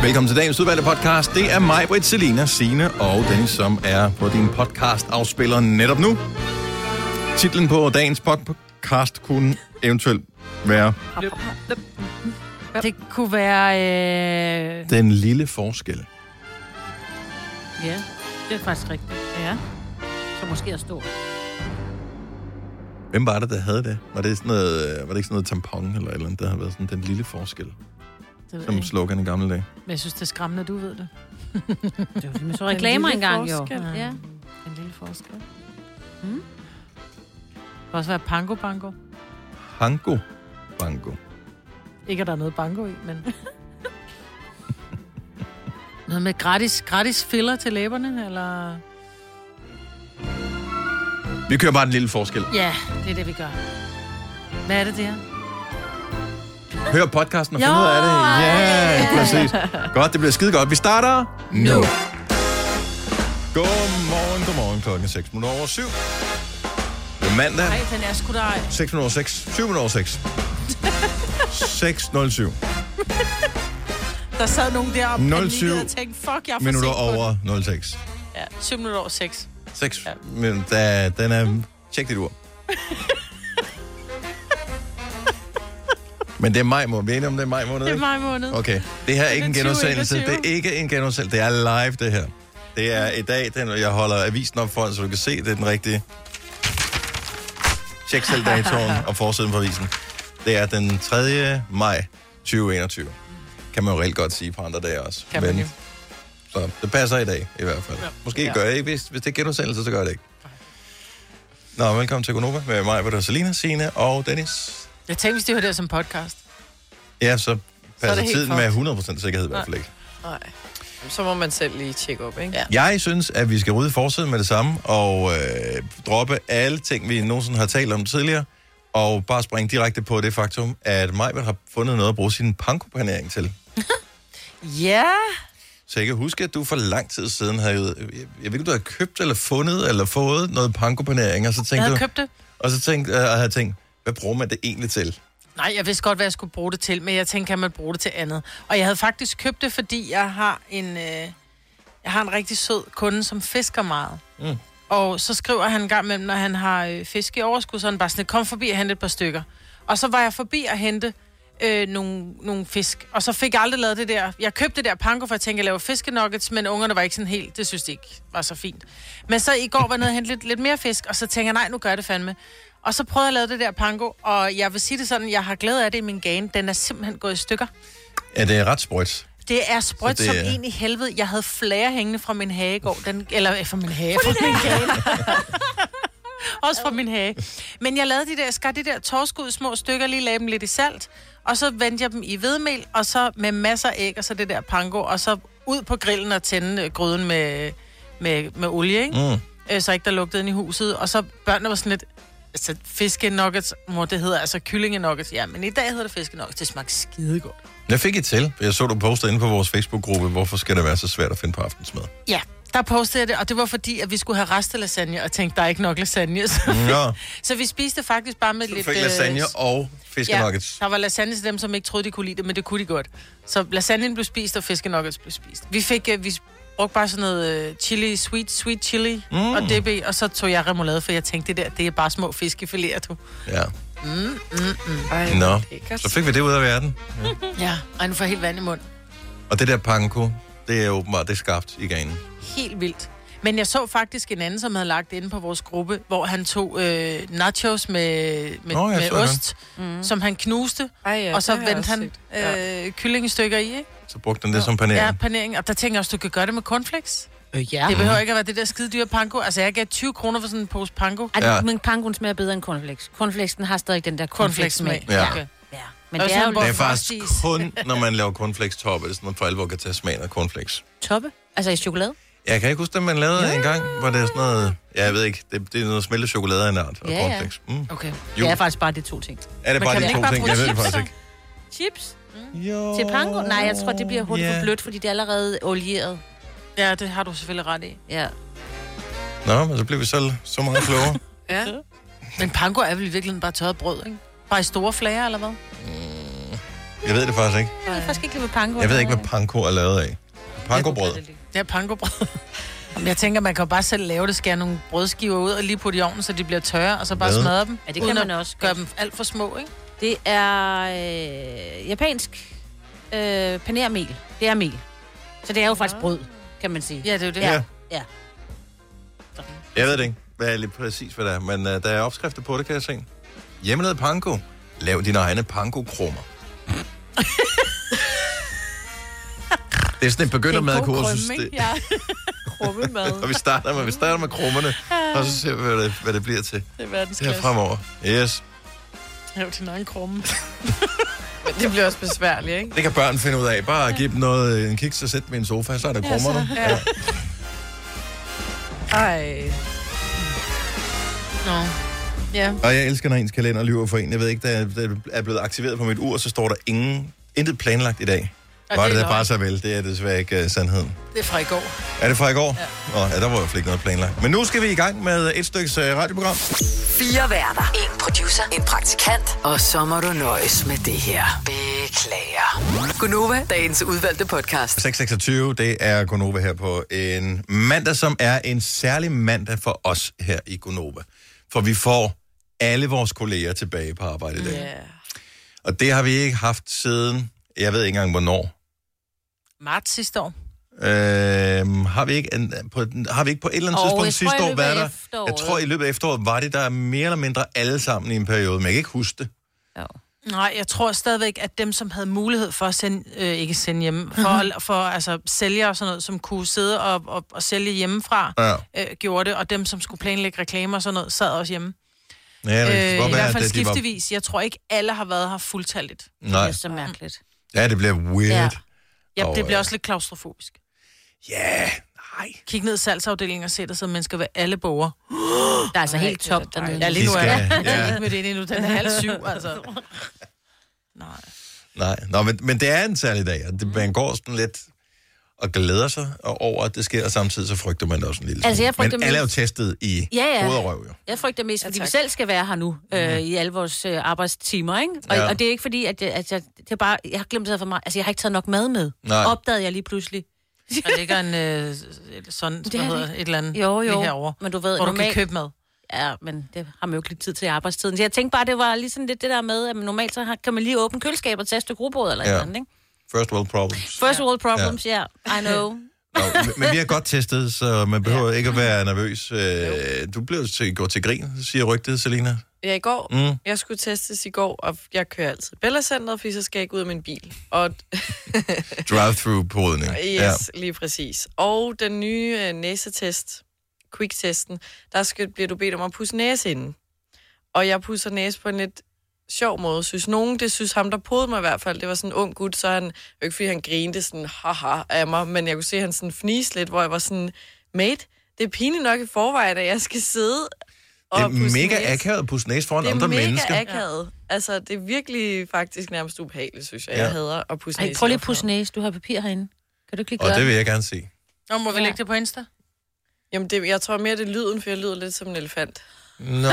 Velkommen til dagens udvalgte podcast. Det er mig, Britt, Selina, Signe og Dennis, som er på din podcast-afspiller netop nu. Titlen på dagens podcast kunne eventuelt være... Det kunne være... Den lille forskel. Ja, det er faktisk rigtigt. Ja, så måske er stor. Hvem var det, der havde det? Var det ikke sådan noget tampon eller et eller andet, der har været sådan den lille forskel? Som slogan i gamle dage. Men jeg synes, det er skræmmende, at du ved det. Det var fordi, så reklamer engang, jo. Ja. En lille forskel. Det kan også være Pango Bango. Pango Bango. Ikke, at der er noget bango i, men... noget med gratis filler til læberne, eller... Vi kører bare den lille forskel. Ja, det er det, vi gør. Hvad er det her? Hør podcasten og find ud af det. Ja, præcis. Godt, det bliver skide godt. Vi starter nu. Godmorgen. Klokken 6:07. Det er mandag. Nej, den er sgu dig. 6:06. 7:07. Der sad nogen der og 07 og tænkte, fuck, jeg er for minutter sent på over 06. Ja, 7 minutter over 6. 6. Ja. Men den er... Tjek dit ur. Men det er maj måned. Vi er enige om, det er maj måned, Det er maj måned. Okay. Det her er ikke en 20, genudsendelse. 21. Det er ikke en genudsendelse. Det er live, det her. Det er i dag, jeg holder avisen op foran, så du kan se, det er den rigtige. Tjek selv datoen og forsiden på avisen. Det er den 3. maj 2021. Kan man jo reelt godt sige på andre dage også. Kan man jo. Så det passer i dag, i hvert fald. Ja. Måske gør jeg ikke. Hvis det er genudsendelse, så gør det ikke. Nå, velkommen til Gonova med mig, hvor Selina, Signe og Dennis. Jeg tænkte, hvis det var der som podcast. Ja, så passer helt tiden med 100% sikkerhed i hvert fald ikke. Nej. Så må man selv lige tjekke op, ikke? Ja. Jeg synes, at vi skal rydde forsiden med det samme, og droppe alle ting, vi nogensinde har talt om tidligere, og bare springe direkte på det faktum, at Majbert har fundet noget at bruge sin pankopanering til. Ja. Så jeg kan huske, at du for lang tid siden havde... Jeg ved ikke, du havde købt eller fundet eller fået noget pankopanering, og så tænkte Jeg havde du... købt det. Og så havde jeg tænkt, hvad bruger man det egentlig til? Nej, jeg vidste godt, hvad jeg skulle bruge det til, men jeg tænkte, kan man bruge det til andet? Og jeg havde faktisk købt det, fordi jeg har en rigtig sød kunde, som fisker meget. Mm. Og så skriver han en gang imellem, når han har fisk i overskud, så han bare sådan, kom forbi og hente et par stykker. Og så var jeg forbi at hente nogle fisk, og så fik jeg aldrig lavet det der. Jeg købte det der panko, for jeg tænkte, at jeg laver fiskenuggets, men ungerne var ikke sådan helt, det synes de ikke var så fint. Men så i går var jeg nede og hente lidt mere fisk, og så tænkte jeg, nej, nu gør jeg det fandme. Og så prøvede jeg at lave det der panko, og jeg vil sige det sådan, jeg har glæde af det i min gane. Den er simpelthen gået i stykker. Ja, det er ret sprødt. Det er sprødt som en i helvede. Jeg havde flager hængende fra min hage i går. Fra min hage. Fra min gane. Også fra min hage. Men jeg lavede skar de der torskud i små stykker, lige lagde dem lidt i salt, og så vendte jeg dem i hvedemel, og så med masser af æg, og så det der panko, og så ud på grillen og tænde gryden med olie, ikke? Så ikke der lugtede ind i huset. Og så børnene var sådan lidt, altså fiskenuggets, det hedder altså kyllingenuggets. Ja, men i dag hedder det fiskenuggets. Det smagte skidegodt. Jeg fik et til. Jeg så du poste inde på vores Facebook-gruppe, hvorfor skal det være så svært at finde på aftensmad? Ja, der postede jeg det, og det var fordi, at vi skulle have restelasagne, og tænkte, der er ikke nok lasagne. Så vi spiste faktisk bare med lidt... Du fik lasagne og fiskenuggets. Ja, der var lasagne til dem, som ikke troede, de kunne lide det, men det kunne de godt. Så lasagnen blev spist, og fiskenuggets blev spist. Vi brugte bare sådan noget sweet chili og dip, og så tog jeg remoulade, for jeg tænkte, det er bare små fiskefiléer, du. Ja. Ej, Nå, så fik vi det ud af verden. Ja, og nu får helt vand i munden. Og det der panko, det er åbenbart, det er skabt i ganen. Helt vildt. Men jeg så faktisk en anden, som havde lagt inde på vores gruppe, hvor han tog nachos med ost, som han knuste, og så vendte han kyllingestykker i, ikke? Så brugte den det som panering. Ja, panering. Og der tænker jeg også, du kan gøre det med cornflakes. Ja. Det behøver ikke at være det der skide dyre panko. Altså, jeg gav 20 kroner for sådan en pose panko. Men pankoen smager bedre end cornflakes. Cornflakesen har stadig den der cornflakes-smag. Ja. Okay. Ja. Men det er faktisk kun, når man laver cornflakes-toppe, det er sådan noget for alvor kan tage smagen af cornflakes. Toppe? Altså i chokolade? Jeg kan ikke huske det, man lavede en gang, hvor det er sådan noget... Ja, jeg ved ikke, det er noget smeltet chokolade af en art, og cornflakes. Okay. Det er faktisk bare de to ting. Er det bare de to ting? Jeg ved det faktisk ikke. Chips? Til panko? Nej, jeg tror, det bliver hurtigt for blødt, fordi det er allerede olieret. Ja, det har du selvfølgelig ret i. Ja. Nå, men så bliver vi så meget klogere. Ja. Men panko er vel i virkeligheden bare tørret brød, ikke? Bare i store flager, eller hvad? Jeg ved det faktisk ikke. Jeg ved faktisk ikke, hvad panko Jeg ved ikke, hvad panko er lavet af. Pankobrød. Ja, pankobrød. Jamen, jeg tænker, man kan jo bare selv lave det, skære nogle brødskiver ud og lige putte i ovnen, så de bliver tørre, og så bare smadre dem. Ja, det kan man også gøre dem alt for små, ikke? Det er japansk panermel. Det er mel. Så det er jo faktisk brød, kan man sige. Ja, det er jo det. Ja. Jeg ved det ikke, hvad er lidt præcis, hvad det er, men der er opskrifter på det, kan jeg se. Hjemmelavet panko. Lav dine egne panko-krummer. Det er sådan en begyndermadkursus. Ja. Krummemad. Og vi starter med krummerne, og så ser vi, hvad det bliver til. Det er verdensklasse. Her fremover. Yes. Lav din egen krumme. Men det bliver også besværligt, ikke? Det kan børn finde ud af. Bare give dem en kiks og sætte dem i en sofa, så er der krummerne. Ja. Ej. Nå. Ja. Og jeg elsker, når ens kalender lyver for en. Jeg ved ikke, der er blevet aktiveret på mit ur, så står der intet planlagt i dag. Var det bare så vel? Det er desværre ikke sandheden. Det er fra i går. Er det fra i går? Ja. Der var i hvert fald ikke noget planlagt. Men nu skal vi i gang med et stykke radioprogram. 4 værter. 1 producer. 1 praktikant. Og så må du nøjes med det her. Beklager. Gunova, dagens udvalgte podcast. 626, det er Gunova her på en mandag, som er en særlig mandag for os her i Gunova. For vi får alle vores kolleger tilbage på arbejde i dag. Yeah. Og det har vi ikke haft siden, jeg ved ikke engang hvornår. Marts sidste år. Har vi ikke på et eller andet tidspunkt sidste år været der? Jeg tror, i løbet af efteråret var det der mere eller mindre alle sammen i en periode, men jeg kan ikke huske det. Jo. Nej, jeg tror stadigvæk, at dem, som havde mulighed for at sende hjemme, for altså sælgere og sådan noget, som kunne sidde og sælge hjemmefra, gjorde det, og dem, som skulle planlægge reklamer og sådan noget, sad også hjemme. Ja, i hvert fald skiftevis. Jeg tror ikke, alle har været her fuldtalligt. Det er så mærkeligt. Ja, det bliver weird. Ja, det bliver også lidt klaustrofobisk. Ja, nej. Kig ned i salgsafdelingen og se, der sidder mennesker ved alle borger. Der er altså helt tomt dernede. Ja, lige nu er jeg ikke med det endnu. Den er 6:30, altså. Nej. Nå, men det er en særlig dag, og man går sådan lidt og glæder sig over, at det sker, og samtidig så frygter man det også en lille smule. Men alle er jo testet i hoved og røv, jo. Jeg frygter mest, fordi vi selv skal være her nu, i alle vores arbejdstimer, ikke? Og det er ikke fordi, at jeg har glemt det for mig. Altså, jeg har ikke taget nok mad med. Opdagede jeg lige pludselig. Der ligger en et eller andet lige herovre, men du ved, hvor du kan købe mad. Ja, men det har man jo ikke lidt tid til i arbejdstiden. Så jeg tænkte bare, det var lige sådan lidt det der med, at normalt så kan man lige åbne køleskabet og tage et stykke rugbrød eller et eller andet, ikke? First world problems. First world problems, I know. Nå, men vi har godt testet, så man behøver ikke at være nervøs. Du blev gået til grin, siger rygtet, Selina. Ja, i går. Jeg skulle testes i går, og jeg kører altid Bella-centret, fordi så skal jeg ikke ud af min bil. Og drive-through-podning. Yes, lige præcis. Og den nye næsetest, quick-testen, bliver du bedt om at pusse næse inden. Og jeg pusser næse på en lidt sjov måde, synes ham, der podede mig i hvert fald, det var sådan en ung gut, så han, ikke fordi han grinte sådan, haha, af mig, men jeg kunne se, han sådan fnise lidt, hvor jeg var sådan, mate, det er pinligt nok i forvejen, at jeg skal sidde og pusse næse. Det er mega akavet at pusse næse foran andre mennesker. Det er mega akavet. Altså, det er virkelig faktisk nærmest ubehageligt, synes jeg. Jeg hader at pusse næse. Prøv lige at pusse næse, du har papir herinde. Kan du ikke lige gøre det? Og det vil jeg gerne se. Og må vi lægge det på Insta? Jamen, jeg tror mere, det er lyden, for jeg lyder lidt som en elefant. Nå,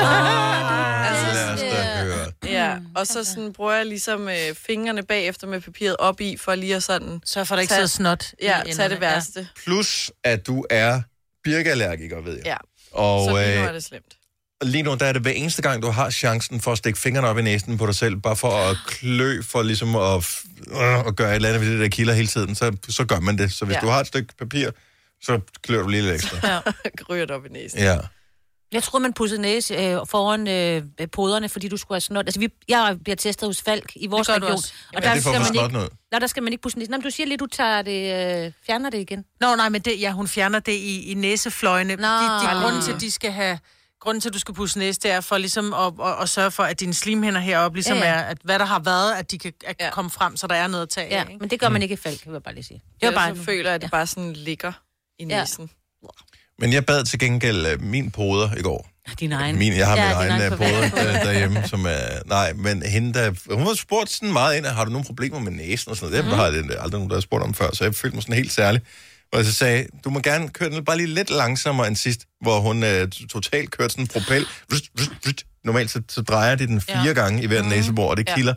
lad os da høre. Ja, og så sådan bruger jeg ligesom fingrene bagefter med papiret op i, for lige at sådan... Så får der ikke sidder snot. Ja, tag det værste. Plus, at du er birkeallergiker, ved jeg. Ja, og, så lige nu er det slemt. Lige nu, der er det hver eneste gang, du har chancen for at stikke fingrene op i næsen på dig selv, bare for at klø, for ligesom at gøre et eller andet ved det der kilder hele tiden, så gør man det. Så hvis du har et stykke papir, så klør du lige lidt ekstra. Ja, ryger det op i næsen. Ja. Jeg troede, man pudsede næse foran poderne, fordi du skulle have snot. Altså, jeg bliver testet hos Falk i vores region. Og der skal man ikke, der skal man ikke pusse næse. Nå, du siger lige, du tager det, fjerner det igen. Nå, nej, men hun fjerner det i næsefløjene. Grunden til, at de skal have... Grunden til, at du skal pusse næse, det er for ligesom at sørge for, at dine slimhinder heroppe ligesom er, at hvad der har været, at de kan komme frem, så der er noget at tage af. Men det gør man ikke i Falk, vil jeg bare lige sige. Jeg føler, at det bare sådan ligger i næsen. Men jeg bad til gengæld min poder i går. Din egen? Jeg har min egen poder derhjemme, som er... Nej, men hende, hun har spurgt sådan meget ind, har du nogle problemer med næsen og sådan noget? Det har jeg aldrig nogen, der har spurgt om før, så jeg følte mig sådan helt særlig. Og jeg så sagde, du må gerne køre den bare lige lidt langsommere end sidst, hvor hun totalt kørte sådan en propel. Normalt så drejer de den 4 gange i hver næsebor, og det kilder.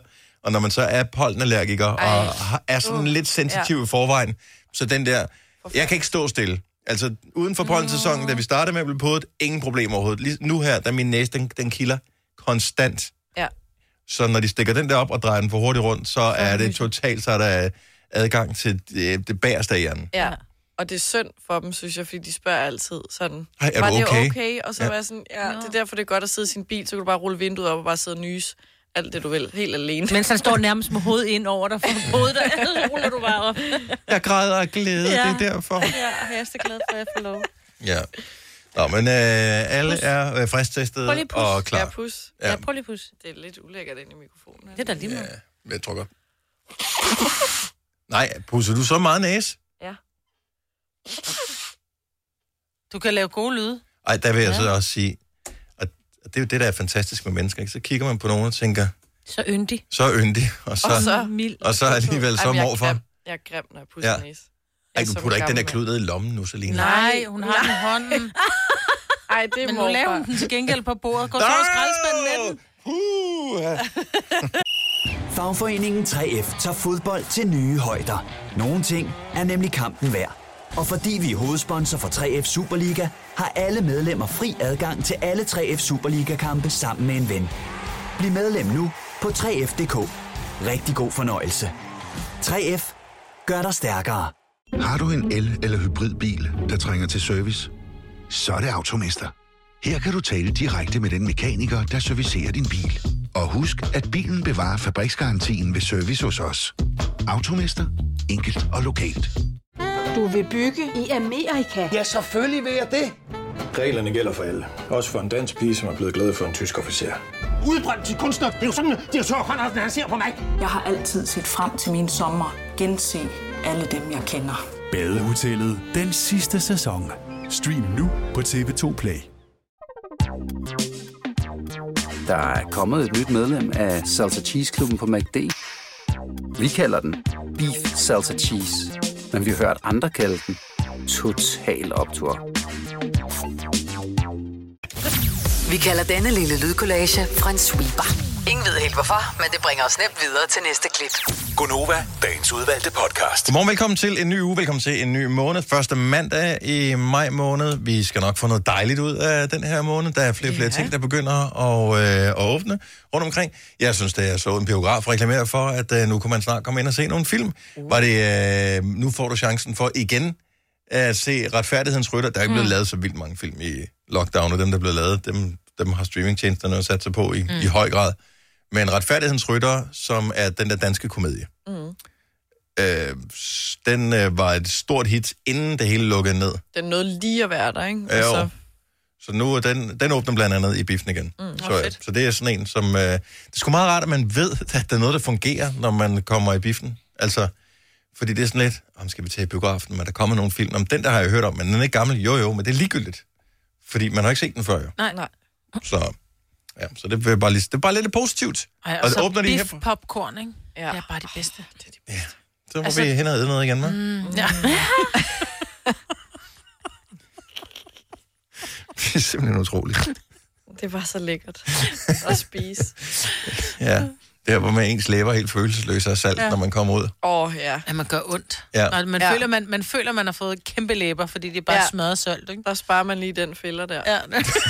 Og når man så er pollenallergiker og er sådan lidt sensitiv i forvejen, så den der, jeg kan ikke stå stille. Altså, uden for pollensæsonen, da vi startede med at blive podet, ingen problemer overhovedet. Lige nu her, der min næse, den kilder konstant. Ja. Så når de stikker den der op og drejer den for hurtigt rundt, så er det totalt, så er der adgang til det bagerste af hjernen. Ja. Og det er synd for dem, synes jeg, fordi de spørger altid sådan, er du okay? Det okay? Og så var jeg sådan, det er derfor, det er godt at sidde i sin bil, så kan du bare rulle vinduet op og bare sidde og nys. Alt det, du vil, helt alene. Mens han står nærmest med hovedet ind over dig, for hovedet der, så ruller du bare op. Jeg græder af glæde, det er derfor. Ja, jeg er så glad for, at jeg får lov. Ja. Nå, men alle er frisktestet og klar. Ja, pus. Ja, prøv lige pus. Det er lidt ulækkert ind i mikrofonen. Det er da lige meget. Ja, men jeg tror godt. Nej, pusser du så meget næse? Ja. Du kan lave gode lyde. Ej, der vil jeg så også sige, og det er jo det, der er fantastisk med mennesker, ikke? Så kigger man på nogen og tænker, så yndig. Så yndig, og så mild. Og så alligevel så morfar. Jeg er grim, når jeg pusser næse. Ej, du putter ikke den der klud ned i lommen nu, Selina. Nej, hun har den i hånden. Ej, det er men nu laver hun den til gengæld på bordet. Gå så og skraldespanden med den. Fagforeningen 3F tager fodbold til nye højder. Nogle ting er nemlig kampen værd. Og fordi vi er hovedsponsor for 3F Superliga, har alle medlemmer fri adgang til alle 3F Superliga-kampe sammen med en ven. Bliv medlem nu på 3F.dk. Rigtig god fornøjelse. 3F gør dig stærkere. Har du en el- eller hybridbil, der trænger til service? Så er det Automester. Her kan du tale direkte med den mekaniker, der servicerer din bil. Og husk, at bilen bevarer fabriksgarantien ved service hos os. Automester. Enkelt og lokalt. Du vil bygge i Amerika? Ja, selvfølgelig vil jeg det. Reglerne gælder for alle. Også for en dansk pige, som er blevet glad for en tysk officer. Udbrændt til kunstner. Det er jo sådan, at direktør Conradsen, han ser på mig. Jeg har altid set frem til min sommer. Gense alle dem, jeg kender. Badehotellet den sidste sæson. Stream nu på TV2 Play. Der er kommet et nyt medlem af Salsa Cheese Klubben på McD. Vi kalder den Beef Salsa Cheese, men vi har hørt andre kalde den Total Optur. Vi kalder denne lille lydkollage en sweeper. Ingen ved helt hvorfor, men det bringer os nemt videre til næste klip. Gonova, dagens udvalgte podcast. Godmorgen, velkommen til en ny uge, velkommen til en ny måned. Første mandag i maj måned. Vi skal nok få noget dejligt ud af den her måned. Der er flere ting, der begynder at åbne rundt omkring. Jeg synes, det er så en biograf reklameret for, at nu kan man snart komme ind og se nogle film. Var det, nu får du chancen for igen at se Retfærdighedens Rytter. Der er ikke blevet lavet så vildt mange film i lockdown, og dem, der er blevet lavet, dem har streamingtjenesterne sat sig på i høj grad. Men Retfærdighedens Rytter, som er den der danske komedie, den var et stort hit, inden det hele lukkede ned. Den nåede lige at være der, ikke? Altså... Så nu er den åbner blandt andet i biffen igen. Så det er sådan en, som... det er sgu meget rart, at man ved, at der er noget, der fungerer, når man kommer i biffen. Altså, fordi det er sådan lidt, skal vi tage i biografen, men der kommer nogle film. Om den der har jeg hørt om, men den er ikke gammel. Jo, men det er ligegyldigt. Fordi man har ikke set den før, jo. Nej. Så det er bare lidt positivt. Ej, og så åbner de her popcorn, ikke? Ja. Det er bare de bedste. Det er de bedste. Ja. Så må vi hen og æde noget igen, hva'? Ja. Det er simpelthen utroligt. Det var så lækkert at spise. Ja, det er, hvor man ens læber helt følelsesløs af salt, når man kommer ud. Ja. Ja, man gør ondt. Ja. Man føler, man har fået kæmpe læber, fordi det er bare smadret salt, ikke? Der sparer man lige den fælder der. Ja.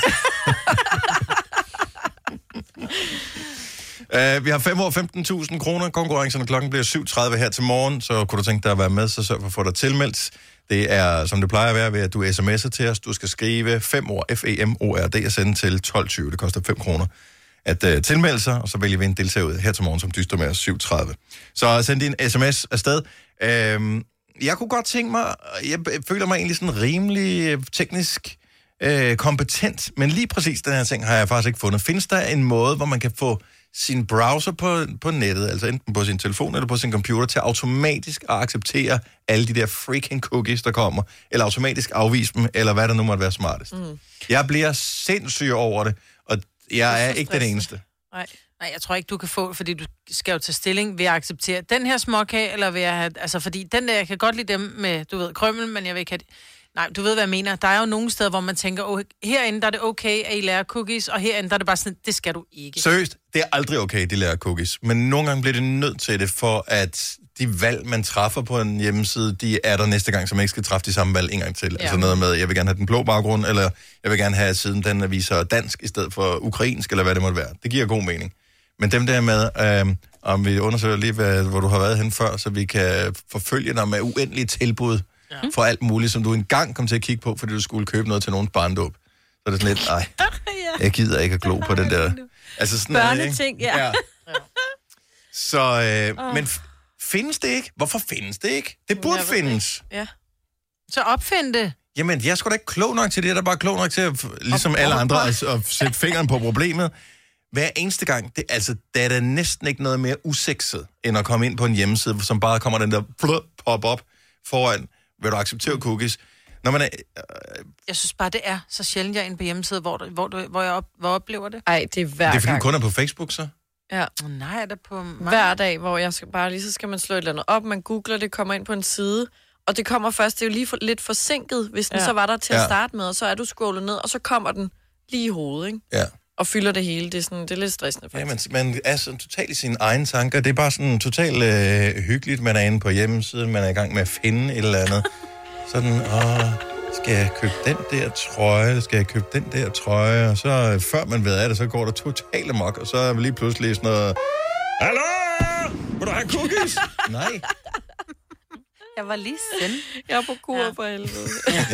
Vi har 5 år 15.000 kroner. Konkurrencerne klokken bliver 7.30 her til morgen, så kunne du tænke dig at være med, så sørg for at få dig tilmeldt. Det er, som det plejer at være, ved at du sms'er til os. Du skal skrive 5 år, FEMORD, og sende til 12.20. Det koster 5 kroner at tilmelde sig, og så vælger vi en deltager ud her til morgen, som dyster med os 7.30. Så send din sms afsted. Jeg kunne godt tænke mig, jeg føler mig egentlig sådan rimelig teknisk kompetent, men lige præcis den her ting har jeg faktisk ikke fundet. Findes der en måde, hvor man kan få sin browser på nettet, altså enten på sin telefon eller på sin computer, til automatisk at acceptere alle de der freaking cookies, der kommer, eller automatisk afvise dem, eller hvad der nu måtte være smartest? Jeg bliver sindssyg over det, og jeg er ikke den eneste. Nej, jeg tror ikke, du kan få, fordi du skal jo tage stilling ved at acceptere den her småkage, eller ved at have, altså fordi den der, jeg kan godt lide dem med, du ved, krømmel, men jeg vil ikke have Nej, du ved, hvad jeg mener. Der er jo nogle steder, hvor man tænker, herinde der er det okay, at I lærer cookies, og herinde der er det bare sådan, det skal du ikke. Seriøst, det er aldrig okay, de lærer cookies. Men nogle gange bliver det nødt til det, for at de valg, man træffer på en hjemmeside, de er der næste gang, så man ikke skal træffe de samme valg en gang til. Ja. Altså noget med, jeg vil gerne have den blå baggrund, eller jeg vil gerne have siden den viser dansk, i stedet for ukrainsk, eller hvad det måtte være. Det giver god mening. Men dem der med, om vi undersøger lige, hvor du har været hen før, så vi kan forfølge dig med uendelige tilbud for alt muligt, som du engang kom til at kigge på, fordi du skulle købe noget til nogens barndåb. Så er det sådan lidt, jeg gider ikke at glo på den der. Altså sådan børneting, ja. Så, men findes det ikke? Hvorfor findes det ikke? Det burde findes. Ja. Så opfind det. Jamen, jeg er sgu da ikke klog nok til det. Jeg er da bare klog nok til, at, ligesom alle andre, at sætte fingeren på problemet. Hver eneste gang, der er der næsten ikke noget mere usekset, end at komme ind på en hjemmeside, som bare kommer den der pop-up foran, vil du acceptere cookies? Når man er, jeg synes bare, det er så sjældent, jeg er inde på hjemmeside, hvor jeg oplever det. Ej, det er hver gang. Det er fordi, kun er på Facebook, så? Ja. Nej, er det på hver dag, hvor jeg skal bare lige, så skal man slå et eller andet op, man googler det, kommer ind på en side, og det kommer først, det er jo lige lidt forsinket, hvis den så var der til at starte med, og så er du scrollet ned, og så kommer den lige i hovedet, ikke? Ja. Og fylder det hele. Det er lidt stressende, faktisk. Ja, man er sådan totalt i sine egne tanker. Det er bare sådan totalt hyggeligt. Man er inde på hjemmesiden, man er i gang med at finde et eller andet. Sådan, skal jeg købe den der trøje? Skal jeg købe den der trøje? Og så, før man ved af det, så går der totalt amok, og så er lige pludselig sådan noget, hallo! Vil du have cookies? Nej. Jeg var lige sendt. Jeg er på kur for helvede.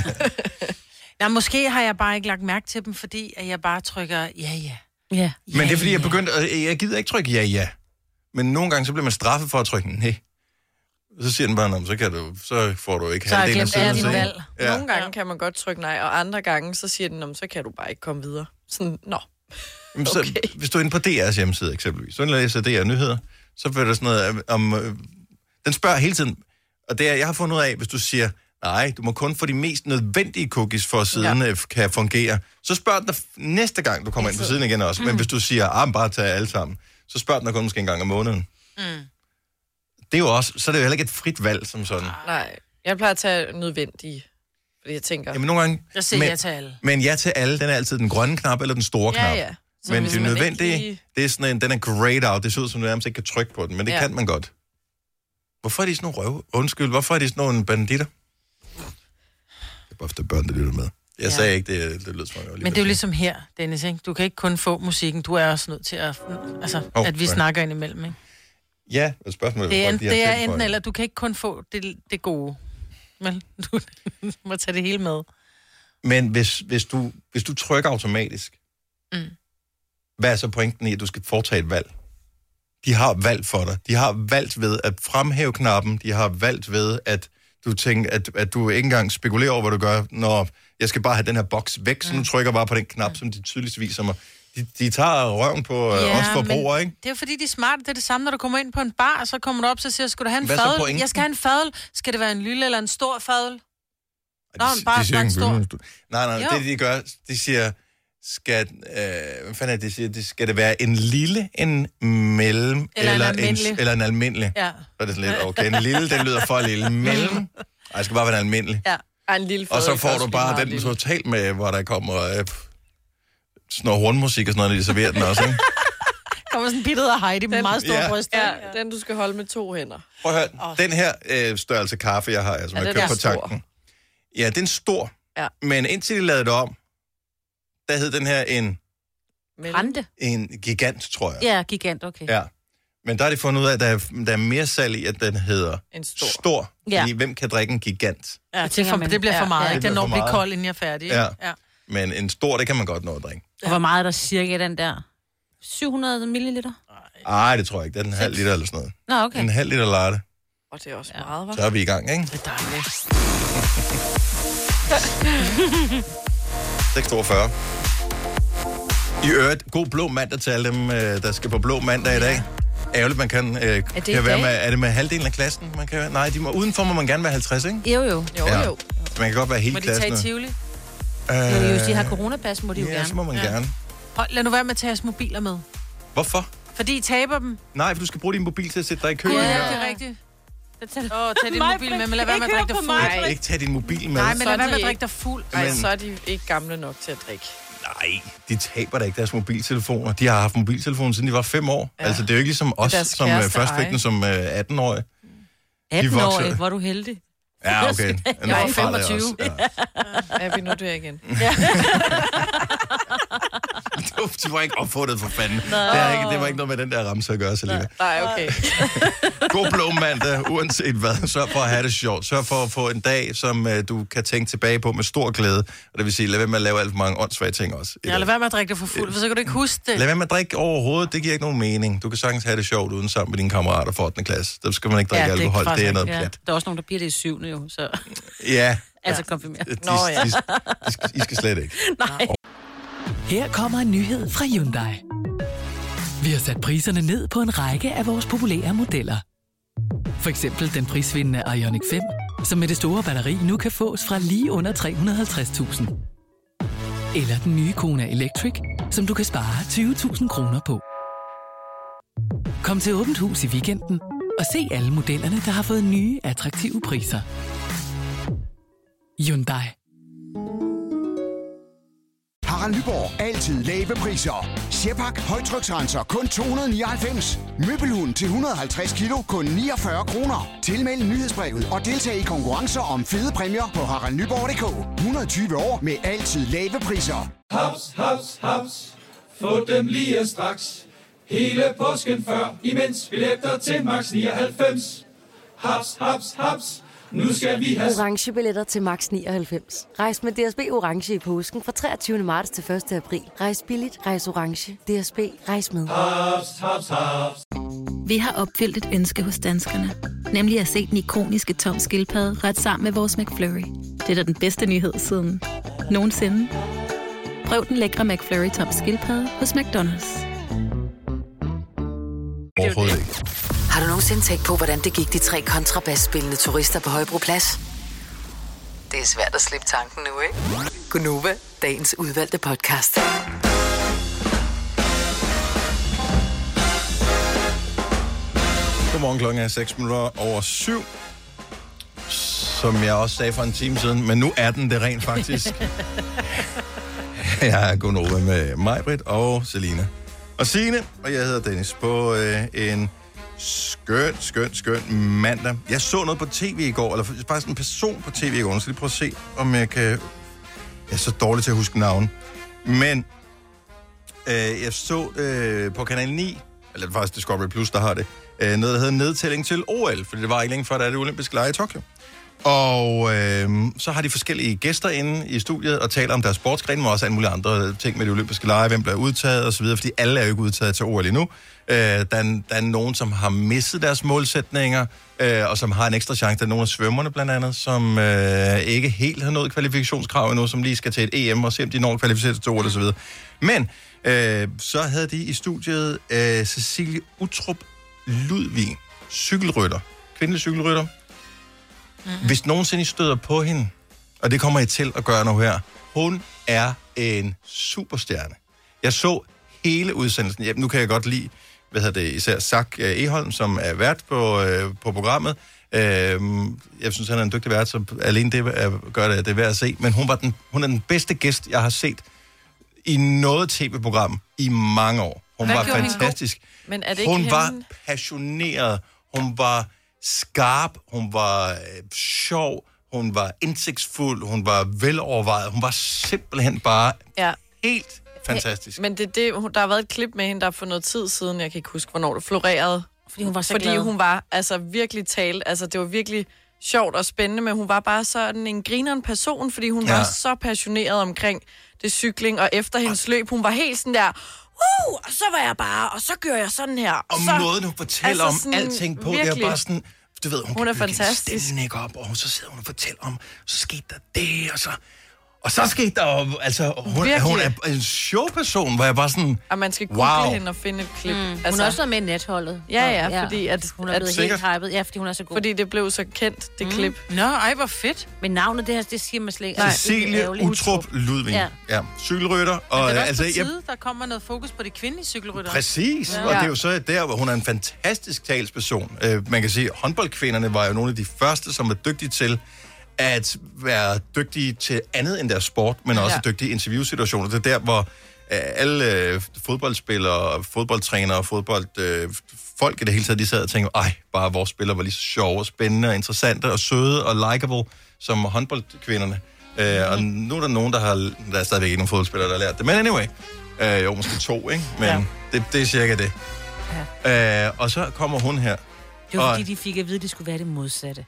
Ja, måske har jeg bare ikke lagt mærke til dem, fordi at jeg bare trykker ja. Men det er fordi, jeg gider ikke trykke ja. Men nogle gange, så bliver man straffet for at trykke nej. Så siger den bare, så får du ikke halvdelen af siden. Ja. Nogle gange kan man godt trykke nej, og andre gange, så siger den, så kan du bare ikke komme videre. Sådan, okay. Så, hvis du er inde på DR's hjemmeside eksempelvis, så læser DR nyheder, så får der sådan noget om, den spørger hele tiden, og det er, jeg har fundet ud af, hvis du siger, nej, du må kun få de mest nødvendige cookies, for at siden kan fungere. Så spørger den dig næste gang, du kommer ind på siden igen også. Men hvis du siger, bare tag alle sammen, så spørger den dig kun måske en gang om måneden. Det er jo også, så er det jo heller ikke et frit valg som sådan. Nej, jeg plejer at tage nødvendige, fordi jeg tænker... Jamen nogle gange... Jeg siger ja til alle. Men ja til alle, den er altid den grønne knap eller den store knap. Ja. Men det nødvendige, det er sådan en, den er grayed out. Det ser ud som, du nærmest ikke kan trykke på den, men det kan man godt. Hvorfor er de sådan nogle hvorfor er de sådan nogle banditter? Det er bare efter børn, der lytter med. Jeg sagde ikke, det lød som men det er jo ligesom her, Dennis, ikke? Du kan ikke kun få musikken, du er også nødt til at... at vi snakker indimellem, ikke? Ja, spørgsmålet det er enten eller, du kan ikke kun få det gode. Men du må tage det hele med. Men hvis du trykker automatisk, hvad er så pointen i, at du skal foretage et valg? De har valgt for dig. De har valgt ved at fremhæve knappen. De har valgt ved, at du tænker, at du ikke engang spekulerer over, hvad du gør, når jeg skal bare have den her boks væk, så nu trykker bare på den knap, som de tydeligvis viser mig. De tager røven på os forbrugere, ikke? Det er jo fordi, de er smarte. Det er det samme, når du kommer ind på en bar, så kommer du op, så siger du, skal du have en fadøl? Jeg skal have en fadøl. Skal det være en lille eller en stor fadøl? De siger en stor. Nej, det de gør, de siger, hvad fanden er det, de siger? Skal det være en lille, en mellem, eller en almindelig? Ja. Så er det sådan lidt, okay, en lille, den lyder for lille. Mellem? Nej, det skal bare være en almindelig. Ja, en lille fadøl. Og så får du bare den totalt med, hvor der kommer... sådan noget hornmusik og sådan noget, når de serverer den også, ikke? Kommer sådan en bittet af Heidi med meget store bryster. Ja, den du skal holde med 2 hænder. Prøv at høre, den her størrelse kaffe, jeg har, som jeg købt på tanken. Ja, det er en stor. Ja. Men indtil de lavede det om, der hed den her en... Rente? En gigant, tror jeg. Ja, gigant, okay. Ja. Men der har de fundet ud af, at der er mere salg i, at den hedder en stor. Fordi hvem kan drikke en gigant? Ja, det bliver for meget, ikke? Den når bliver kold, inden jeg er færdig, ikke? Ja. Men en stor, det kan man godt nå at drikke. Og hvor meget er der cirka den der? 700 milliliter? Nej, det tror jeg ikke. Det er en halv liter eller sådan noget. Nå, okay. En halv liter latte. Og det er også meget, hva'? Så er vi i gang, ikke? Det er dejligt. 6:42. I øvrigt, god blå mandag til alle dem, der skal på blå mandag i dag. Ærgerligt, man kan være med... Er det med halvdelen af klassen? Man kan, nej, udenfor må man gerne være 50, ikke? Jo. Så man kan godt være hele klassen. Må de tage i Tivoli? Jo, hvis de har coronapas, må de jo gerne. Ja, så må man gerne. Lad nu være med at tage jeres mobiler med. Hvorfor? Fordi I taber dem. Nej, for du skal bruge din mobil til at sætte dig i kø. Ja, det er rigtigt. Tag din mobil med, men lad være med at drikke dig fuld. Nej, ikke tag din mobil med. Nej, men lad være med at drikke dig fuld. Nej, så er de ikke gamle nok til at drikke. Nej, de taber da ikke deres mobiltelefoner. De har haft mobiltelefoner, siden de var 5 år. Ja. Altså, det er jo ikke ligesom os, som først fik den som 18-årige. 18-årig, hvor er du heldig. Ja, okay. Jeg er 25. Ja. Er vi nu der igen? Ja. De var ikke opfundet for fanden. Det var ikke noget med den der ramse at gøre, så lige. Nej, okay. God blå mandag, uanset hvad. Sørg for at have det sjovt. Sørg for at få en dag, som du kan tænke tilbage på med stor glæde. Og det vil sige, lad være med at lave alt for mange åndssvage ting også. Ja, lad være med at drikke dig for fuld, for så kan du ikke huske det. Lad være med at drikke overhovedet. Det giver ikke nogen mening. Du kan sagtens have det sjovt uden sammen med dine kammerater for 8. klasse. Der skal man ikke drikke alkohol. Det er noget pjat. Der er også nogen, der bliver det i 7. jo, så... Ja. Altså konfirmeret. I skal slet ikke. Nej. Her kommer en nyhed fra Hyundai. Vi har sat priserne ned på en række af vores populære modeller. For eksempel den prisvindende Ioniq 5, som med det store batteri nu kan fås fra lige under 350.000. Eller den nye Kona Electric, som du kan spare 20.000 kroner på. Kom til Åbent Hus i weekenden og se alle modellerne, der har fået nye, attraktive priser. Hyundai. Harald Nyborg. Altid lave priser. Sjehpak højtryksrenser kun 299. Møbelhund til 150 kilo kun 49 kroner. Tilmeld nyhedsbrevet og deltag i konkurrencer om fede præmier på haraldnyborg.dk. 120 år med altid lave priser. Haps, haps, haps. Få dem lige straks. Hele påsken før, imens billetter til max 99. Haps, haps, haps. Nu skal vi have orange billetter til max 99. Rejs med DSB Orange i påsken fra 23. marts til 1. april. Rejs billigt, rejs orange. DSB, rejs med. Haps, haps, haps. Vi har opfyldt et ønske hos danskerne. Nemlig at se den ikoniske Tom Skildpadde ret sammen med vores McFlurry. Det er da den bedste nyhed siden nogensinde. Prøv den lækre McFlurry Tom Skildpadde hos McDonald's. Overhovedet ikke. Har du nogensinde tænkt på, hvordan det gik de 3 kontrabasspillende turister på Højbroplads? Det er svært at slippe tanken nu, ikke? Gunova, dagens udvalgte podcast. Godmorgen, klokken er 7:06. Som jeg også sagde for en time siden, men nu er den det rent faktisk. Jeg er Gunova med mig, Britt og Selina. Og Signe, og jeg hedder Dennis, på en skøn mandag. Jeg så noget på tv i går, eller faktisk en person på tv i går. Nu skal lige prøve at se, om jeg kan... Jeg er så dårlig til at huske navn. Men jeg så på Kanal 9, eller faktisk Discovery Plus, der har det, noget, der hedder nedtælling til OL, fordi det var ikke længe før, der er det olympiske lege i Tokyo. Og så har de forskellige gæster inde i studiet og taler om deres sportsgren, men også alle mulige andre ting med de olympiske lege, hvem bliver udtaget osv., fordi alle er jo ikke udtaget til OL endnu. Der er nogen, som har misset deres målsætninger, og som har en ekstra chance. Der er nogle af svømmerne blandt andet, som ikke helt har nået kvalifikationskrav endnu, som lige skal til et EM og se, om de når at kvalificere til OL osv. Men så havde de i studiet Cecilie Uttrup Ludvig, cykelrytter, kvindelig cykelrytter. Mm-hmm. Hvis nogensinde I støder på hende, og det kommer I til at gøre nu her, hun er en superstjerne. Jeg så hele udsendelsen. Ja, nu kan jeg godt lide, især Zach Eholm, som er vært på programmet. Jeg synes, han er en dygtig vært, så alene det gør det er værd at se. Men hun er den bedste gæst, jeg har set i noget tv-program i mange år. Hun var fantastisk. Men er det ikke hun var passioneret. Hun var skarp, hun var sjov, hun var indsigtsfuld, hun var velovervejet, hun var simpelthen bare helt fantastisk. Men der har været et klip med hende, der for noget tid siden, jeg kan ikke huske, hvornår det florerede. Fordi hun var så glad. Hun var altså virkelig talt, altså det var virkelig sjovt og spændende, men hun var bare sådan en grineren person, fordi hun var så passioneret omkring det cykling, og efter hendes løb, hun var helt sådan der... og så var jeg bare, og så gør jeg sådan her. Og så, måden, hun fortæller om alting på, virkelig, det er bare sådan, du ved, hun er fantastisk. Ikke op, og så sidder hun og fortæller om, så skete der det, og så, Og så skete der jo, altså, hun er en showperson, hvor jeg bare sådan... Og man skal google hende og finde et klip. Hun er også med i netholdet. Ja, fordi at... Hun er blevet helt hypet. Ja, fordi hun er så god. Fordi det blev så kendt, det klip. Nå, ej, hvor fedt. Men navnet, det siger man slet ikke. Cecilie Utrup Ludvig. Ja. Cykelrytter. Og det er også på tide, der kommer noget fokus på de kvindelige cykelrytter. Præcis. Ja. Og det er jo så der, hvor hun er en fantastisk talsperson. Man kan sige, at håndboldkvinderne var jo nogle af de første, som var dygtige til at være dygtige til andet end deres sport, men også dygtige interviewsituationer. Det er der, hvor alle fodboldspillere, fodboldtrænere og folk i det hele taget, de sad og tænkte, bare vores spillere var lige så sjove og spændende og interessante og søde og likable som håndboldkvinderne. Og nu er der nogen, der er stadigvæk ikke nogen fodboldspillere, der har lært det. Men anyway, jo måske 2, ikke? Men det er cirka det. Ja. Og så kommer hun her. Det var fordi, de fik at vide, at det skulle være det modsatte.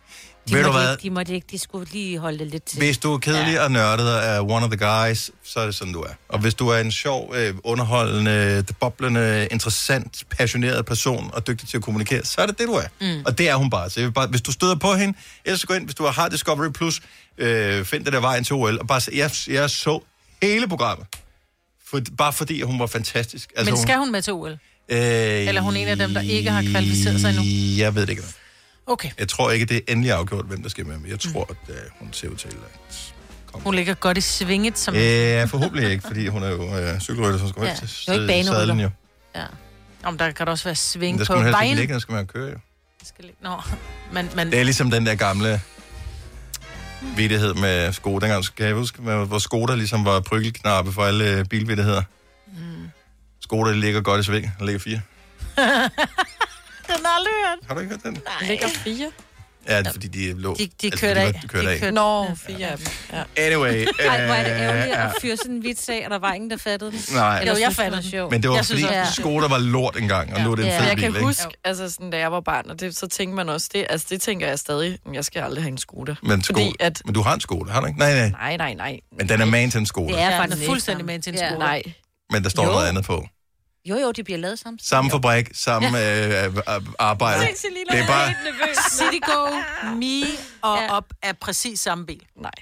De skulle lige holde det lidt til. Hvis du er kedelig og nørdet af one of the guys, så er det sådan, du er. Og hvis du er en sjov, underholdende, boblende, interessant, passioneret person og dygtig til at kommunikere, så er det det, du er. Og det er hun bare. Så jeg vil bare, hvis du støder på hende, ellers gå ind, hvis du har Discovery Plus, find det der vejen til OL, og bare jeg så hele programmet. Bare fordi hun var fantastisk. Altså, men skal hun med til OL? Eller er hun en af dem, der ikke har kvalificeret sig endnu? Jeg ved det ikke. Okay. Jeg tror ikke, det er endelig afgjort, hvem der skal med, men jeg tror, at hun ser ud til at komme. Hun ligger godt i svinget, som... Ja, forhåbentlig ikke, fordi hun er jo cykelrytter, som skal til sadlen jo. Ja. Om der kan også være sving på vejen. Der skal man helst ikke ligge, der skal man køre jo. Men... Det er ligesom den der gamle vittighed med Skoda. Dengang skal jeg huske, hvor Skoda ligesom var prykkelknappe for alle bilvittigheder. Skoda ligger godt i sving, der ligger 4. Den har aldrig hørt. Har du ikke hørt den? Nej. Ligger 4? Ja, det er fordi, de lå... De kørte af. De kørte af. Nå, 4 af dem. Ja. Anyway. Ej, hvor er det ærgerligt at fyre sådan en vits af, og der var ingen, der fattede det. Nej. Eller jeg fattede det sjovt. Men det var fordi, Skoda var lort engang, og nu er det en fed bil, jeg kan huske, altså sådan, da jeg var barn, og så tænkte man også det. Altså, det tænker jeg stadig. Jeg skal aldrig have en Skoda. Men du har en Skoda, har du ikke? Nej. Men den er man til en Skoda. Det er faktisk fuldstændig man til en Skoda. Nej. Men der står noget andet på. Jo, de bliver lavet sammen. Samme fabrik, samme arbejde. Det er bare... Citigo, Mi og Op er præcis samme bil. Nej.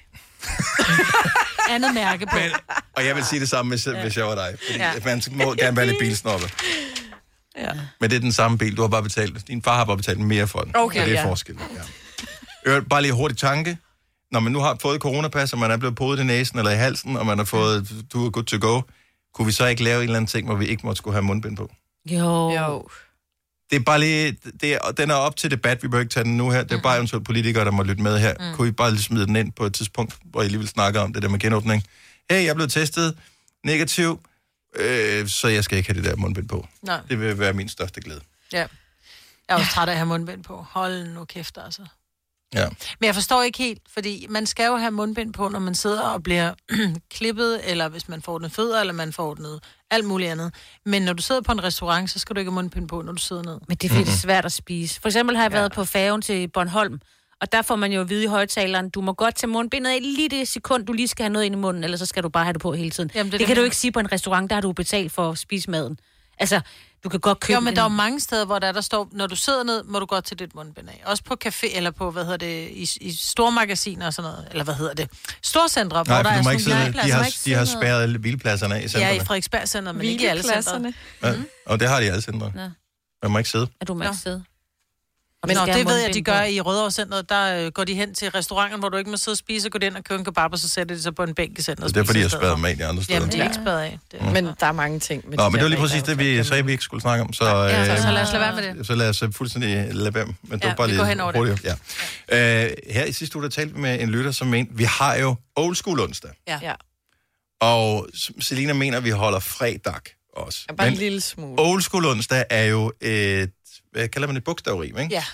Andet mærke på. Og jeg vil sige det samme, hvis jeg var dig. Fordi man må gerne være lidt bilsnoppe. Ja. Men det er den samme bil, du har bare betalt. Din far har bare betalt mere for den. Okay, det er forskellen. Ja. Bare lige hurtigt tanke. Når man nu har fået coronapas, og man er blevet podet i næsen eller i halsen, og man har fået, du er good to go, kunne vi så ikke lave en eller anden ting, hvor vi ikke måtte skulle have mundbind på? Jo. Det er bare lige... Den er op til debat, vi bør ikke tage den nu her. Det er bare eventuelt politikere, der må lytte med her. Kunne I bare lige smide den ind på et tidspunkt, hvor I lige vil snakke om det der med genåbning? Hey, jeg er blevet testet negativ, så jeg skal ikke have det der mundbind på. Nej. Det vil være min største glæde. Ja. Jeg er også træt af at have mundbind på. Hold nu kæft, altså. Ja. Men jeg forstår ikke helt, fordi man skal jo have mundbind på, når man sidder og bliver klippet, eller hvis man får ordnet fødder, eller man får ordnet alt muligt andet. Men når du sidder på en restaurant, så skal du ikke have mundbind på, når du sidder ned. Men det er fordi, det er svært at spise. For eksempel har jeg været på færgen til Bornholm, og der får man jo at vide i højtaleren, du må godt tage mundbindet af lige det sekund, du lige skal have noget ind i munden, eller så skal du bare have det på hele tiden. Jamen, det kan du ikke sige på en restaurant, der har du betalt for at spise maden. Altså, du kan godt købe... Jo, men der er mange steder, hvor der står, når du sidder ned, må du godt tage dit mundbind af. Også på café, eller på, i stormagasiner og sådan noget. Eller hvad hedder det? Storcentre, hvor der er sådan nogle hvilepladser. De har spærret alle hvilepladserne af i centrene. Ja, i Frederiksberg-centret, men ikke i alle centrene. Ja, og det har de i alle centre. Ja. Man må ikke sidde. Du må ikke sidde. Men det ved jeg, de gør i Rødovre-centret. Der går de hen til restauranten, hvor du ikke må sidde og spise, og gå ind og købe en kebab, og så sætter de sig på en bænk i centret. Det er fordi, jeg spærrer med i andre steder. Jamen, det er ikke spærret af. Men der er mange ting. Nå, men det var lige præcis det, vi sagde, vi ikke skulle snakke om. Så lad os lade være med det. Så lad os fuldstændig lade være. Men det var bare lige hurtigt. Ja. Her i sidste uge, der talte vi med en lytter, som mente, vi har jo Old School onsdag. Ja. Og Selina mener, at vi holder fredag også. Bare en lille smule. Old School onsdag er jo et, hvad kalder man det, bogstavrim, ikke? Ja.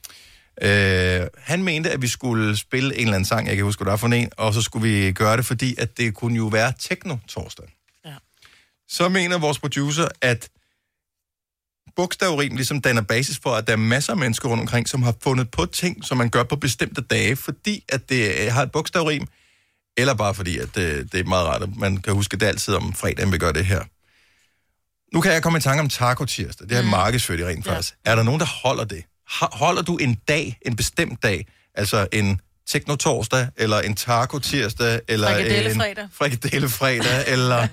Han mente, at vi skulle spille en eller anden sang, jeg kan huske, hvad der er for en, og så skulle vi gøre det, fordi at det kunne jo være techno-torsdag. Ja. Så mener vores producer, at bogstavrim ligesom danner basis for, at der er masser af mennesker rundt omkring, som har fundet på ting, som man gør på bestemte dage, fordi at det har et bogstavrim, eller bare fordi, at det er meget rart, at man kan huske, at det altid om fredagen, vi gør det her. Nu kan jeg komme i tanke om taco-tirsdag. Det er markedsført i rent faktisk. Er der nogen, der holder det? Holder du en dag, en bestemt dag, altså en tekno-torsdag, eller en taco-tirsdag, eller Frikadellefredag. Frikadellefredag, eller...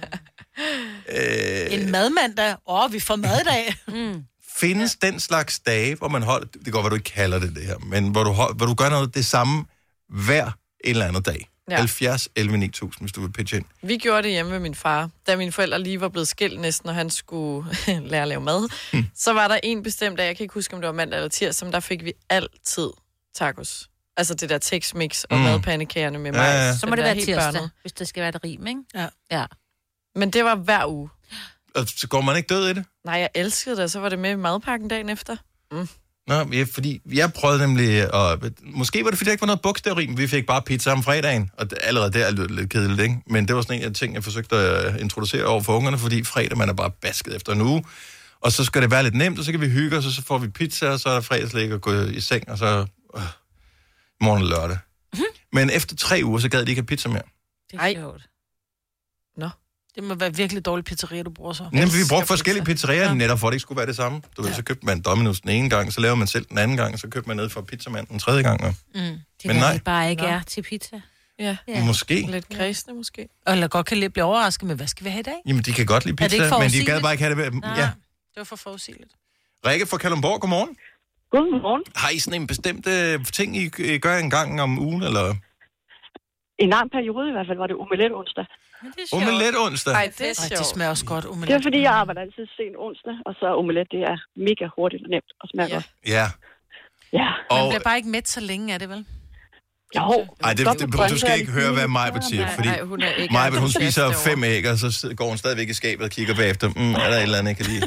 En madmandag. Vi får mad i dag. Findes den slags dage, hvor man holder... Det går, hvad du ikke kalder det her, men hvor du gør noget det samme hver en eller anden dag. Ja. 70, 11, 9000, hvis du vil pitche ind. Vi gjorde det hjemme med min far. Da mine forældre lige var blevet skilt næsten, og han skulle lære at lave mad, så var der en bestemt dag, jeg kan ikke huske, om det var mandag eller tirsdag, men der fik vi altid tacos. Altså det der Tex-Mix og madpandekagerne med mig. Ja. Så må det være tirsdag, hvis det skal være et rim, ikke? Ja. Men det var hver uge. Og så går man ikke død i det? Nej, jeg elskede det, og så var det med i madpakken dagen efter. Nå, ja, fordi jeg prøvede nemlig, og måske var det, fordi der ikke var noget bogstavrim. Vi fik bare pizza om fredagen, og allerede der er lidt kedeligt, ikke? Men det var sådan en af ting, jeg forsøgte at introducere over for ungerne, fordi fredag, man er bare basket efter en uge. Og så skal det være lidt nemt, og så kan vi hygge os, og så får vi pizza, og så er der fredagslæg og gå i seng, og så morgen og lørdag. Men efter 3 uger, så gad de ikke have pizza mere. Det er sjovt. Nå. Det må være virkelig dårlig pizzeria, du bruger så. Jamen, vi brugte forskellige pizzerier, netop for at det ikke skulle være det samme. Du ved, så købte man Domino's den ene gang, så laver man selv den anden gang, og så købte man ned for pizzamanden den tredje gang. Og... Men nej. Det bare ikke er til pizza. Ja. Måske. Lidt kredsende, måske. Eller godt kan blive overrasket med, hvad skal vi have i dag? Jamen, de kan godt lide pizza, men de gad bare ikke have det. Ja, det var for forudsigeligt. Rikke fra Kalundborg, godmorgen. Godmorgen. Har I sådan en bestemt ting, I gør en gang om ugen, eller? En lang periode i hvert fald var det omelet onsdag. Omelet onsdag? Ej, det er sjovt. Det smager også godt, omelet. Det er fordi, jeg arbejder altid sent onsdag, og så omelet, det er mega hurtigt og nemt og smager godt. Ja. Ja. Man bliver bare ikke mæt så længe, er det vel? Jo. Ej, du skal ikke høre, hvad Majbert siger, fordi Majbert, hun spiser 5 æg, og så går hun stadigvæk i skabet og kigger bagefter. Er der et eller andet, jeg kan lide?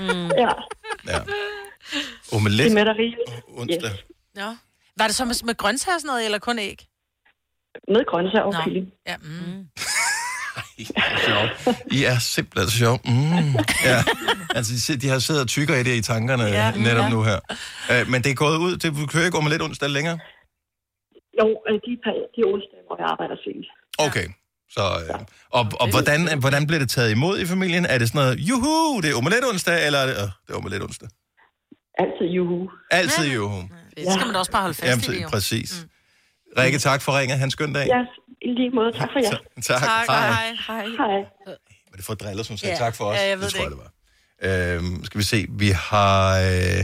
Ja. Omelet onsdag. Yes. Ja. Var det så med grøntsager og sådan noget, eller kun æg? Med grøntsager og kylling. Ja. I er simpelthen så sjov. Ja. Altså, de har siddet og tykker i det i tankerne netop nu her. Men det er gået ud, du kører ikke omelet onsdag længere? Jo, de onsdage, hvor jeg arbejder sent. Okay. Så, og hvordan bliver det taget imod i familien? Er det sådan noget, juhu, det er omelet onsdag, eller er det er omelet onsdag? Altid juhu. Altid juhu. Det skal man også bare holde fast i. Præcis. Rikke, tak for ringet. Han skøn dag. Ja, i lige måde. Tak for jer. Tak. Hej. Var det for driller, som sagde tak for os? Ja, jeg ved det tror jeg, det var. Skal vi se. Vi har...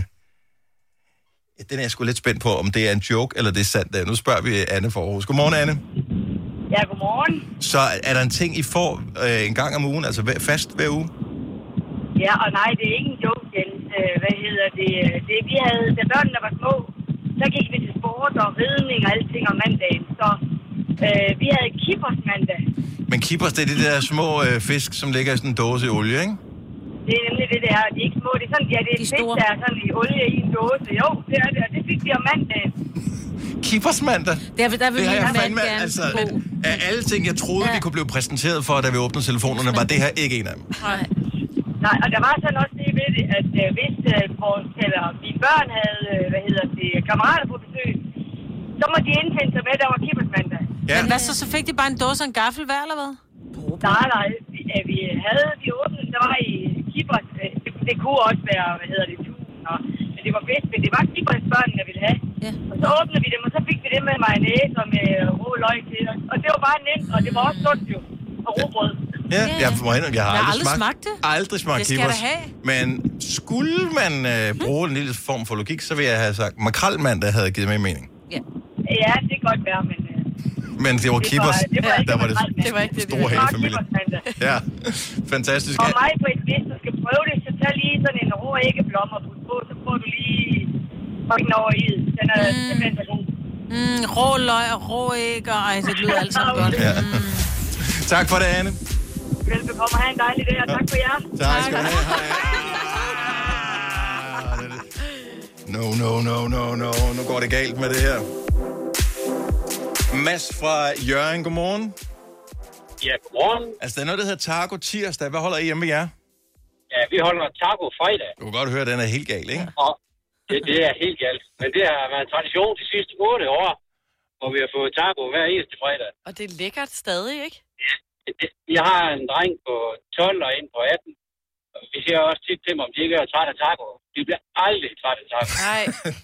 den er jeg sgu lidt spændt på, om det er en joke, eller det er sandt. Nu spørger vi Anne for Aarhus. Godmorgen, Anne. Ja, godmorgen. Så er der en ting, I får en gang om ugen, altså fast hver uge? Ja, og nej, det er ikke en joke, Jens. Hvad hedder det? Vi havde, da børnene var små, så gik vi til sport og ridning og alting om mandagen. Så vi havde kippers mandag. Men kippers, det er de der små fisk, som ligger i sådan en dåse i olie, ikke? Det er nemlig det der. De er ikke små. Det er sådan, ja, det er fisk, der er sådan i olie i en dåse. Jo, det er det, og det fik vi om mandagen. Kippers mandag? Der vil det har jeg fandme gerne. Altså, af alle ting, jeg troede, vi kunne blive præsenteret for, da vi åbnede telefonerne, var det her ikke en af dem. Nej, og der var sådan også det ved det, at hvis mine børn havde, kammerater på besøg, så må de indtænde sig med, der var kippers mandag. Ja. Men hvad så fik de bare en dåse og en gaffel hver, eller hvad? Nej, vi havde de åbne, der var i kippers, det kunne også være, men det var bedst, men det var kippers, børnene ville have. Ja. Og så åbnede vi dem, og så fik vi det med mayonnaise og med rå løg til, og det var bare nemt, og det var også sundt jo, og robrød. Ja, jeg har aldrig smagt det. Aldrig smagt kippers. Men skulle man bruge en lille form for logik, så vil jeg have sagt, makrelmandag havde givet mig mening. Ja, det kan godt være, men det var kippers, der var det store hele familie. Ja, fantastisk. Og mig på et hvis du skal prøve det, så tag lige sådan en rå æggeblom og putte på, så får du lige fucking over i. Den er simpelthen så god. Rå løg og rå æg, og det lyder alt sammen godt. Ja. Tak for det, Anne. Velbekomme, have en dejlig dag, og tak for jer. Tak skal du have. No. Nu går det galt med det her. Mads fra Hjørring, godmorgen. Ja, godmorgen. Altså, der er noget, der hedder taco tirsdag. Hvad holder I hjemme med jer? Ja, vi holder taco fredag. Du kan godt høre, at den er helt gal, ikke? Og det er helt galt. Men det har været en tradition de sidste 8 år, hvor vi har fået taco hver eneste fredag. Og det er lækkert stadig, ikke? Jeg har en dreng på 12 og en på 18. Og vi siger også tit til dem, om de ikke er træt af taco. De bliver aldrig træt af taco. Nej,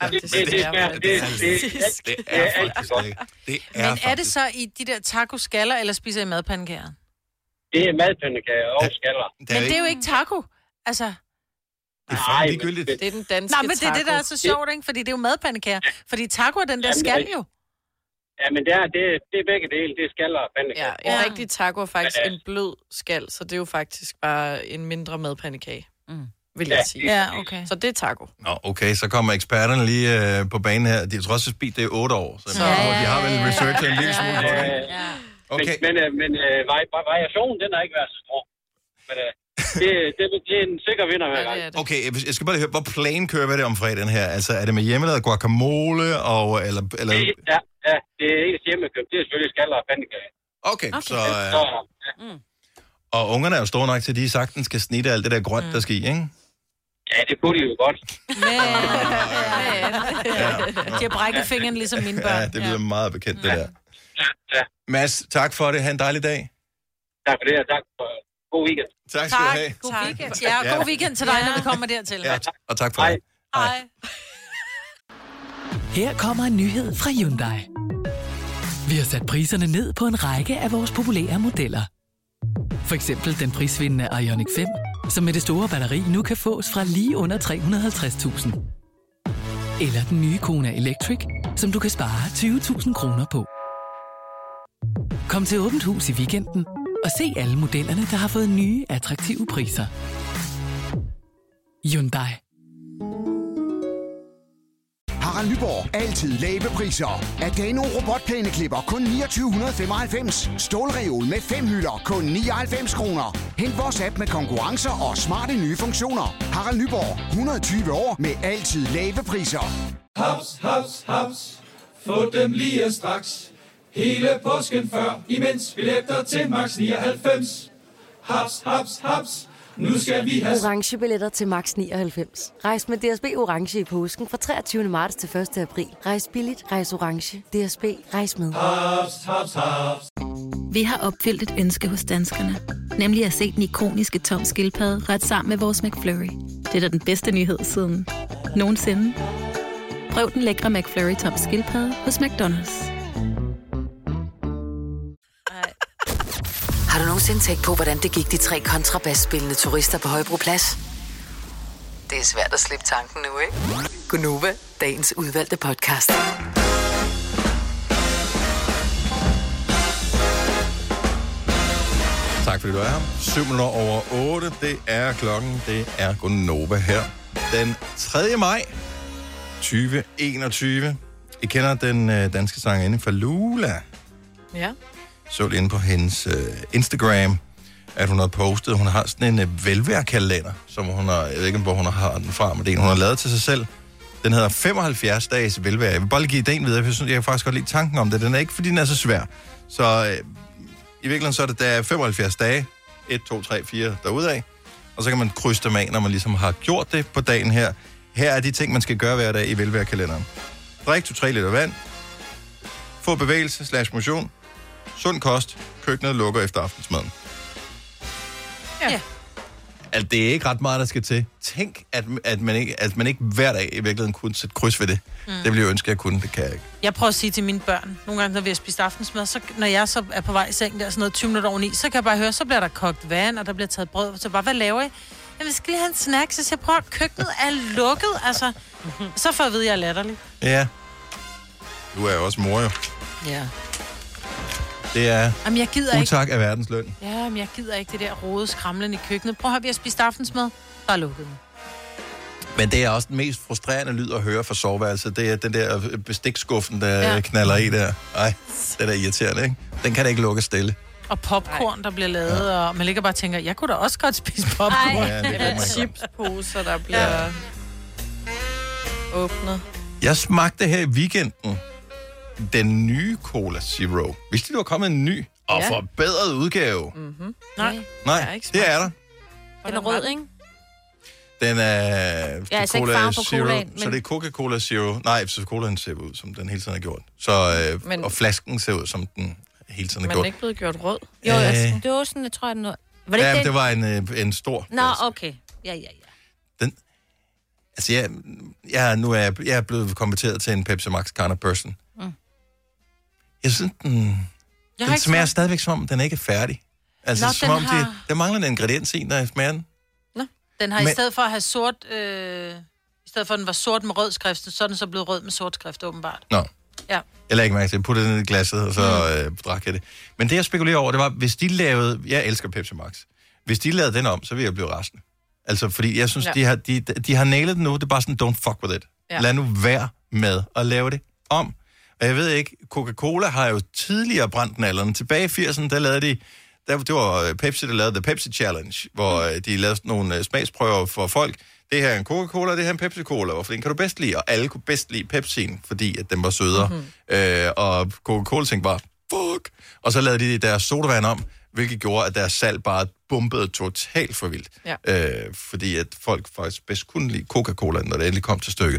det er altid godt. Men er det så i de der taco-skaller, eller spiser I madpandekager? Det er madpandekager og skaller. Men det er jo ikke taco. Altså... Det er fandme ligegyldigt. Det er den danske nej, men det er det, der er så sjovt, ikke? Fordi det er jo madpandekager. Fordi taco er den der skal jo. Ja, men det er begge dele. Det er skaller og pandekager. Ja, en rigtig taco er faktisk en blød skal, så det er jo faktisk bare en mindre madpandekage, vil jeg sige. Ja, okay. Så det er taco. Nå, okay, så kommer eksperterne lige på banen her. De tror også, at det er 8 år, så de har vel researchet en lille smule på det. Okay. Men variationen, den har ikke været så stor. Men det er en sikker vinder hver gang. Okay, jeg skal bare høre, hvor plan kører vi det om fredagen her? Altså, er det med hjemmelavet guacamole, eller... Ja, det er ikke hjemmekøbt. Det er selvfølgelig skaller og pandekager. Okay. Så... Og ungerne er jo store nok til, at de sagtens skal snitte alt det der grønt, der skal i, ikke? Ja, det kunne de jo godt. De har brækket fingeren ligesom mine børn. Ja, det bliver meget bekendt, det der. Ja. Mads, tak for det. Ha' en dejlig dag. Tak for det, og tak for god weekend. Tak skal du have. God weekend. Ja, god weekend til dig, når vi kommer dertil. Ja, og tak for det. Hej. Her kommer en nyhed fra Hyundai. Vi har sat priserne ned på en række af vores populære modeller. For eksempel den prisvindende Ioniq 5, som med det store batteri nu kan fås fra lige under 350.000. Eller den nye Kona Electric, som du kan spare 20.000 kroner på. Kom til Åbent Hus i weekenden og se alle modellerne, der har fået nye, attraktive priser. Hyundai. Harald Nyborg. Altid lave priser. Adano robotplæneklipper kun 2995. Stålreol med 5 hylder kun 99 kroner. Hent vores app med konkurrencer og smarte nye funktioner. Harald Nyborg. 120 år med altid lave priser. Haps, haps, haps. Få dem lige straks. Hele påsken før, imens billetter til max 99. Haps, haps, haps. Nu skal vi have orange billetter til max 99. Rejs med DSB orange i påsken fra 23. marts til 1. april. Rejs billigt, rejs orange. DSB, rejs med. Haps, haps, haps. Vi har opfyldt et ønske hos danskerne. Nemlig at se den ikoniske tom skildpadde ret sammen med vores McFlurry. Det er da den bedste nyhed siden nogensinde. Prøv den lækre McFlurry tom skildpadde hos McDonald's. Har du nogensinde tænkt på, hvordan det gik de 3 kontrabasspillende turister på Højbroplads? Det er svært at slippe tanken nu, ikke? Gunova, dagens udvalgte podcast. Tak fordi du er her. 7:07. Det er klokken. Det er Gunova her. Den 3. maj 2021. I kender den danske sangerinde Falula. Ja. Så det inde på hendes Instagram, at hun har postet, hun har sådan en velværekalender, som hun har, jeg ved ikke, hvor hun har den fra, men det er en, hun har lavet til sig selv. Den hedder 75 dages velvære. Jeg vil bare lige give ideen videre, for jeg kan faktisk godt lide tanken om det. Den er ikke, fordi den er så svær. Så i virkeligheden så er det, der er 75 dage, 1, 2, 3, 4 derudaf, og så kan man krydse dem af, når man ligesom har gjort det på dagen her. Her er de ting, man skal gøre hver dag i velværekalenderen. Drik 2-3 liter vand, få bevægelse / motion, sund kost, køkkenet lukker efter aftensmaden. Ja. Altså, det er ikke ret meget, der skal til. Tænk, at man ikke hver dag i virkeligheden kunne sætte kryds ved det. Det ville jeg ønske, at jeg kunne. Det kan jeg ikke. Jeg prøver at sige til mine børn, nogle gange, når vi har spist aftensmad, så når jeg så er på vej i seng, der sådan noget 20 minutter over 9, så kan jeg bare høre, så bliver der kogt vand, og der bliver taget brød. Så bare, hvad laver I? Jamen, skal lige have en snack, så jeg prøver, køkkenet er lukket. Altså, så får jeg at vide, at jeg er latterlig. Ja. Du er jo også mor, jo. Ja. Det er jamen, jeg gider utak af verdensløn. Ja, men jeg gider ikke det der rode skramlen i køkkenet. Prøv at høre, vi har spist aftensmad. Bare lukket den. Men det er også den mest frustrerende lyd at høre fra soveværelset. Det er den der bestikskuffen, der knalder i der. Ej, det er irriterende, ikke? Den kan da ikke lukke stille. Og popcorn, der bliver lavet, og man ligger bare og tænker, jeg kunne da også godt spise popcorn. Ja, det er chipsposer, der bliver åbnet. Jeg smagte her i weekenden den nye Cola Zero. Vidste du, der var kommet en ny og forbedret udgave? Mm-hmm. Nej, det er der. Den er rød, ikke? Den er Cola Zero, men... så det er Coca-Cola Zero. Nej, så colaen ser ud, som den hele tiden har gjort. Så, og flasken ser ud, som den hele tiden har gjort. Men den er ikke blevet gjort rød? Jo, altså, dåsen, jeg tror, den var... Var det ikke det var en stor. Nå, okay. Ja. Altså, jeg er blevet konverteret til en Pepsi Max kind of person. Jeg synes, den smager stadigvæk som om, den ikke er færdig. Altså, som om der mangler en ingrediens i, der smager den. Den har i stedet for at have sort... I stedet for, at den var sort med rød skrift, så er den så blevet rød med sort skrift, åbenbart. Nå. Ja. Jeg lagde ikke mærke til. Jeg puttede den i glasset, og så drak jeg det. Men det, jeg spekulerer over, det var, hvis de lavede... Jeg elsker Pepsi Max. Hvis de lavede den om, så ville jeg blive rasende. Altså, fordi jeg synes, de har nailet den nu. Det er bare sådan, don't fuck with it. Ja. Lad nu være med at lave det om. Og jeg ved ikke, Coca-Cola har jo tidligere brændt nallerne. Tilbage i 80'erne, der lavede de... Det var Pepsi, der lavede The Pepsi Challenge, hvor de lavede nogle smagsprøver for folk. Det her er en Coca-Cola, det her er en Pepsi-Cola. Hvorfor den kan du bedst lide? Og alle kunne bedst lide Pepsi'en, fordi at den var sødere. Og Coca-Cola tænkte bare, fuck! Og så lavede de deres sodavand om, hvilket gjorde, at deres salg bare bumpede totalt for vildt. Ja. Fordi at folk faktisk bedst kunne lide Coca-Cola, når det endelig kom til stykket.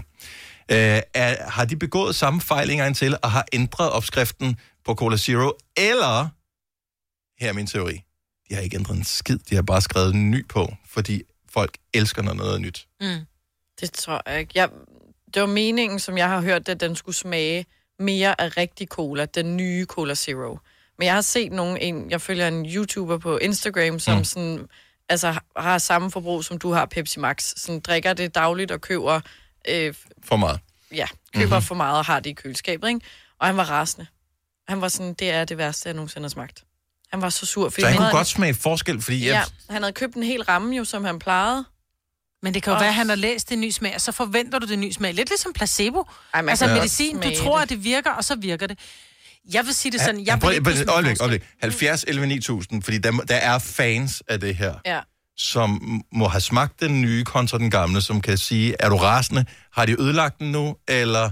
Har de begået samme fejl en gang til, og har ændret opskriften på Cola Zero? Eller, her er min teori, de har ikke ændret en skid, de har bare skrevet en ny på, fordi folk elsker noget nyt. Det tror jeg ikke. Det var meningen, som jeg har hørt, at den skulle smage mere af rigtig cola, den nye Cola Zero. Men jeg har set jeg følger en YouTuber på Instagram, som sådan, altså, har samme forbrug, som du har Pepsi Max. Sådan drikker det dagligt og køber... for meget. Ja, køber for meget og har det i køleskabet, ikke? Og han var rasende. Han var sådan, det er det værste, jeg nogensinde har smagt. Han var så sur. Så han kunne godt smage forskel, fordi... Ja, han havde købt en hel ramme, jo, som han plejede. Men det kan jo være, at han har læst det nye smag, og så forventer du det nye smag. Lidt ligesom placebo. Altså medicin, du tror, at det virker, og så virker det. Jeg vil sige det sådan, Øjeblik. 70, 11, 9000, fordi der er fans af det her, som må have smagt den nye kontra den gamle, som kan sige, er du rasende? Har de ødelagt den nu, eller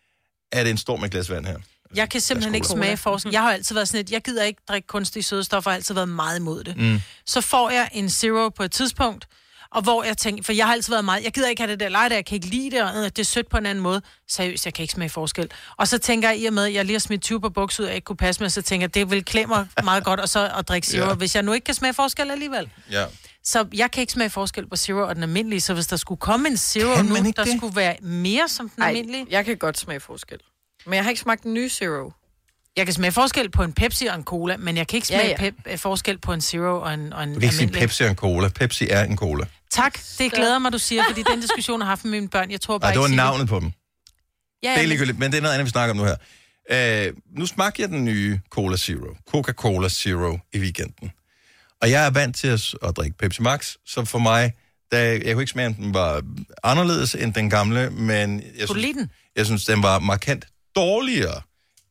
er det en stor med glas vand her? Jeg kan simpelthen ikke smage forskel. Jeg har altid været sådan et, jeg gider ikke drikke kunstige sødestoffer, og har altid været meget imod det. Så får jeg en Zero på et tidspunkt, og hvor jeg tænker, for jeg har altid været meget, jeg gider ikke have det der leje, jeg kan ikke lide det, og det er sødt på en anden måde. Seriøst, jeg kan ikke smage forskel. Og så tænker jeg, i og med, at jeg lige har smidt 20 på bukser ud, og jeg ikke kunne passe med, så tænker jeg, det vil klæde mig meget godt, og så at drikke Zero, hvis jeg nu ikke kan smage forskel alligevel. Ja. Så jeg kan ikke smage forskel på Zero og den almindelige, så hvis der skulle komme en Zero nu, der skulle være mere som den almindelige. Jeg kan godt smage forskel. Men jeg har ikke smagt den nye Zero. Jeg kan smage forskel på en Pepsi og en Cola, men jeg kan ikke smage forskel på en Zero og en almindelig. Du kan ikke sige Pepsi og en Cola. Pepsi er en cola. Tak, det glæder mig, du siger, fordi den diskussion har haft med mine børn. Jeg tror bare det var ikke navnet på dem. Ja, det er ligegyldigt, men det er noget andet, vi snakker om nu her. Nu smagte jeg den nye Cola Zero. Coca-Cola Zero i weekenden. Og jeg er vant til at drikke Pepsi Max, så for mig, jeg kunne ikke smage, om den var anderledes end den gamle, men jeg synes, den var markant dårligere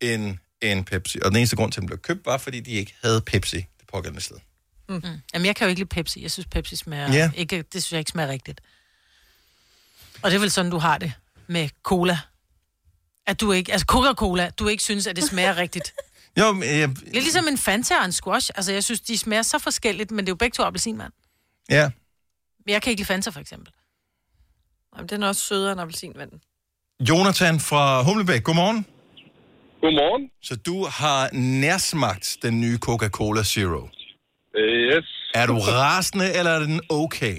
end Pepsi. Og den eneste grund til, at den blev købt, var, fordi de ikke havde Pepsi det pågældende sted. Jamen, jeg kan jo ikke lide Pepsi. Jeg synes, Pepsi smager ikke... Det synes jeg ikke smager rigtigt. Og det er vel sådan, du har det med cola. At du ikke... Altså, Coca-Cola, du ikke synes, at det smager rigtigt. Jo, men... Det er ligesom en Fanta og en squash. Altså, jeg synes, de smager så forskelligt, men det er jo begge to appelsinvand. Ja. Men jeg kan ikke lide Fanta, for eksempel. Jamen, den er også sødere end appelsinvand. Jonathan fra Humlebæk, godmorgen. Godmorgen. Så du har nærsmagt den nye Coca-Cola Zero. Yes. Er du rasende, eller er den okay?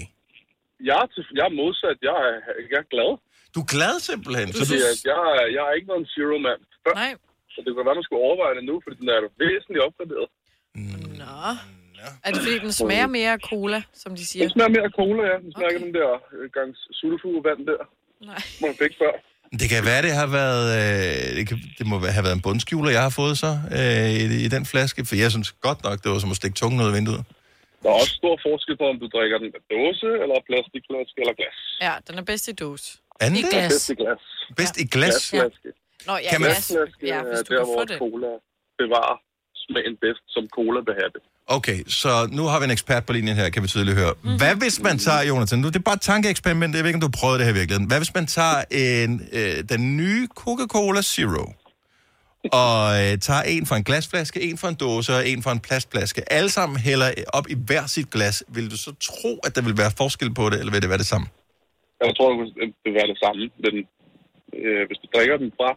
Jeg er modsat. Jeg er glad. Du er glad simpelthen? Jeg er ikke noget en Zero-mand før. Nej. Så det kunne være, man skulle overveje det nu, fordi den er væsentligt opgraderet. Nå. Er det fordi, den smager mere af cola, som de siger? Den smager mere af cola, ja. Den smager ikke den der gangs sulfurvand der. Nej. Man fik før. Det kan være, det har været... det må have været en bundskjuler, jeg har fået så i den flaske, for jeg synes godt nok, det var som at stikke tungen ud af vinduet. Der er også stor forskel på, om du drikker den af dåse, eller plastikflaske, eller glas. Ja, den er bedst i dåse. I glas. Bedst i glas. Bedst i glas? Glasflaske. Nå, ja, glasflaske ja, hvis du der, kan hvor få det. Cola bevarer smagen bedst, som cola vil have det. Okay, så nu har vi en ekspert på linjen her, kan vi tydeligt høre. Hvad hvis man tager, Jonathan, nu det er bare et tankeeksperiment, jeg ved ikke, om du har prøvet det her i virkeligheden. Hvad hvis man tager den nye Coca-Cola Zero, og tager en fra en glasflaske, en fra en dåse og en fra en plastflaske, alle sammen hælder op i hver sit glas, vil du så tro, at der vil være forskel på det, eller vil det være det samme? Jeg tror, det vil være det samme. Men, hvis du drikker den fra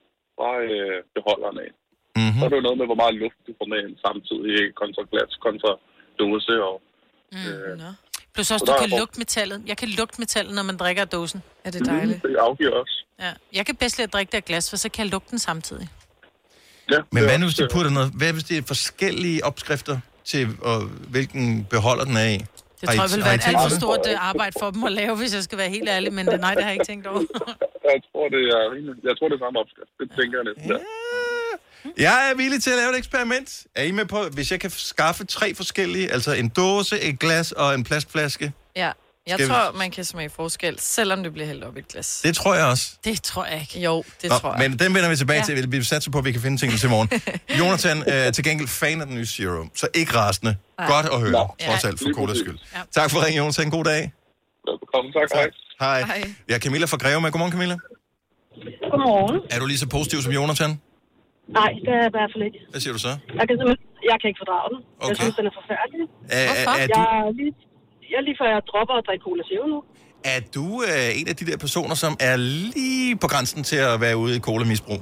beholderen af, så er det jo noget med, hvor meget luft du får med ind samtidig, kontra glas, kontra dåse og... Plus også, du kan lugte metallet. Jeg kan lugte metallet, når man drikker af dåsen. Er det dejligt? Det afgiver også. Ja. Jeg kan bedst lide at drikke det af glas, for så kan jeg lugte den samtidig. Ja, men hvad nu, hvis de putter noget? Hvad hvis det er forskellige opskrifter til, hvilken beholder den er i? Det tror jeg vil være et alt for stort arbejde for dem at lave, hvis jeg skal være helt ærlig, men nej, det har jeg ikke tænkt over. Jeg tror, det er samme opskrift. Det tænker jeg næsten. Jeg er villig til at lave et eksperiment. Er I med på, hvis jeg kan skaffe 3 forskellige, altså en dåse, et glas og en plastflaske? Ja, jeg tror, man kan smage forskel, selvom det bliver hældt op i et glas. Det tror jeg også. Det tror jeg ikke. Jo, det tror jeg. Men den vender vi tilbage til. Vi satser på, at vi kan finde tingene til morgen. Jonathan er til gengæld fan af den nye Zero, så ikke rasende. Godt at høre, trods alt for Colas skyld. Ja. Tak for ringen, Jonathan. God dag. Velbekomme, tak. Hej. Jeg er Camilla fra Greve med. Godmorgen, Camilla. Godmorgen. Er du lige så positiv som Jonathan? Nej, det er jeg i hvert fald ikke. Hvad siger du så? Jeg kan ikke fordrage den. Okay. Jeg synes, den er forfærdelig. Hvorfor? Jeg er lige før jeg dropper at drikke Cola Zero nu. Er du en af de der personer, som er lige på grænsen til at være ude i colamisbrug?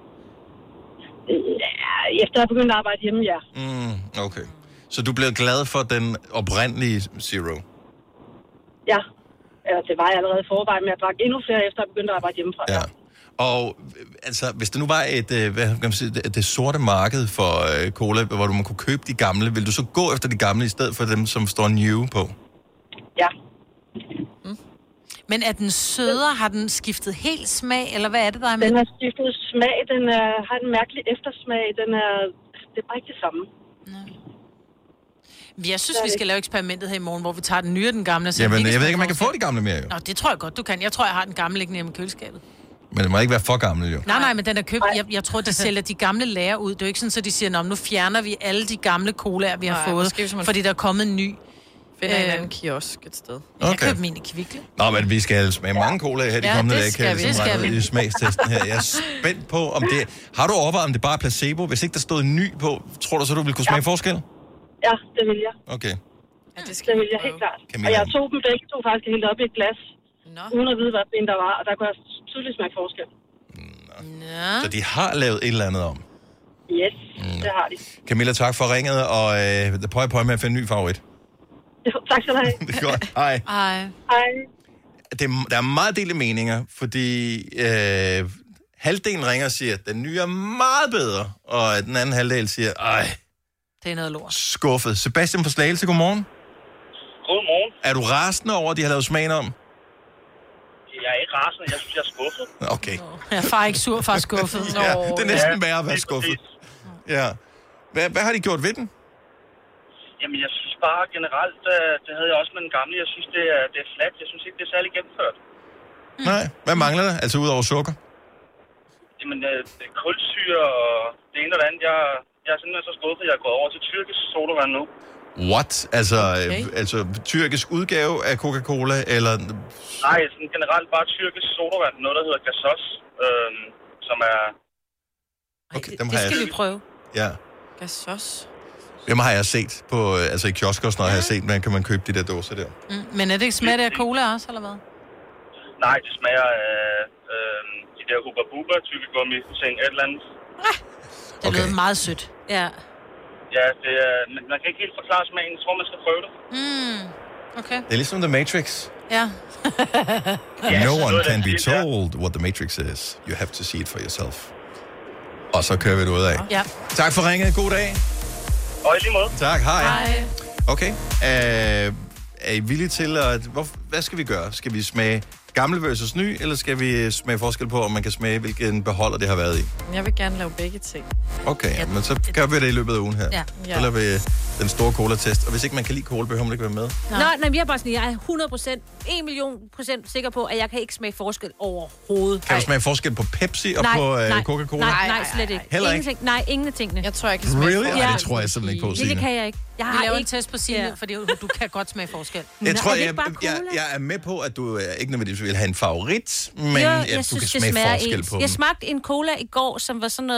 Ja, efter jeg begyndte at arbejde hjemme, ja. Okay. Så du blev glad for den oprindelige Zero? Ja. Det var jeg allerede i forvejen, men jeg drak endnu flere efter jeg begyndte at arbejde hjemmefra. Ja. Og altså, hvis der nu var hvad kan man sige, det sorte marked for cola, hvor man kunne købe de gamle, vil du så gå efter de gamle i stedet for dem, som står new på? Ja. Men er den sødere? Har den skiftet helt smag, eller hvad er det, der er med? Den har skiftet smag. Den har en mærkelig eftersmag. Det er bare ikke det samme. Jeg synes, vi skal lave eksperimentet her i morgen, hvor vi tager den nye og den gamle. Så Jamen, jeg ved ikke, om man kan få de gamle mere, jo. Nå, det tror jeg godt, du kan. Jeg tror, jeg har den gamle liggende hjemme i køleskabet. Men det må ikke være for gammel, jo. Nej, men den er købt. Jeg tror, de sælger de gamle lager ud. Det er jo ikke sådan, at de siger, nu fjerner vi alle de gamle colaer, vi har fået, fordi der er kommet en ny. Finder en anden kiosk et sted. Okay. Jeg køber min i Kvickly. Nå, men vi skal smage mange colaer her de kommende dage. Det skal vi. I smagstesten her. Jeg er spændt på, om det... Har du overvejet, om det bare er placebo? Hvis ikke der stod ny på, tror du så, du ville kunne smage forskel? Ja, det vil jeg. Okay. Ja, det vil jeg helt klart. Camilla. Og jeg tog dem begge to faktisk helt op i et glas, uden at vide, hvad der var, og der kunne jeg tydeligt smage forskel. Så de har lavet et eller andet om? Yes, det har de. Camilla, tak for ringet, og pøj med at finde en ny favorit. Jo, tak skal du have. Det er godt. Hej. Der er meget delte meninger, fordi halvdelen ringer og siger, at den nye er meget bedre, og den anden halvdel siger, det er noget lort. Skuffet. Sebastian fra Slagelse, godmorgen. Godmorgen. Er du rasende over, at de har lavet smagen om? Jeg er ikke rasende, jeg synes, jeg er skuffet. Okay. Jeg er far ikke sur, far skuffet. Ja, det er næsten værre at være skuffet. Ja. Hvad har de gjort ved den? Jamen, jeg synes bare generelt, det havde jeg også med den gamle, jeg synes, det er flat. Jeg synes ikke, det er særlig gennemført. Nej. Hvad mangler der? Altså ud over sukker? Jamen, det er kulsyre og det ene og det andet. Jeg er simpelthen så skuffet, at jeg er gået over til tyrkisk sodavand nu. What? Altså tyrkisk udgave af Coca-Cola, eller... Nej, sådan generelt bare tyrkisk sodavand. Noget, der hedder gasos, som er... Okay, det skal vi prøve. Ja. Gasos? Dem har jeg set på, altså i kiosker og sådan noget, har jeg set, man kan man købe de der dåser der. Men er det ikke smager af cola også, eller hvad? Nej, det smager af de der hubba-bubba, tykkegummi, ting, et eller andet. Det lyder meget sødt. Ja. Ja, det er, man kan ikke helt forklare smagen. Jeg tror, man skal prøve det. Okay. Det er ligesom The Matrix. Ja. No one can be told what The Matrix is. You have to see it for yourself. Og så kører vi det ud af. Ja. Tak for ringet. God dag. Og i lige måde. Tak. Hej. Okay. Er I villige til at... Hvad skal vi gøre? Skal vi smage gammel versus ny, eller skal vi smage forskel på, om man kan smage, hvilken beholder det har været i? Jeg vil gerne lave begge ting. Okay, men så gør vi det i løbet af ugen her. Ja. Så laver vi den store cola-test. Og hvis ikke man kan lide cola, behøver man ikke være med. Nej, jeg er bare sådan, jeg er 1 million% sikker på, at jeg kan ikke smage forskel overhovedet. Kan du smage forskel på Pepsi og på Coca-Cola? Nej, slet ikke. Heller ikke? Nej, ingen af tingene. Jeg tror, jeg kan smage forskel. Ej, det tror jeg simpelthen ikke på, Signe. Det kan jeg ikke. Jeg har lavet en test på Signe, fordi du kan godt smage forskel. Jeg tror, jeg er med på, at du ikke nødvendigvis vil have en favorit, men du kan smage forskel på dem. Jeg smagte en cola i går, som var sådan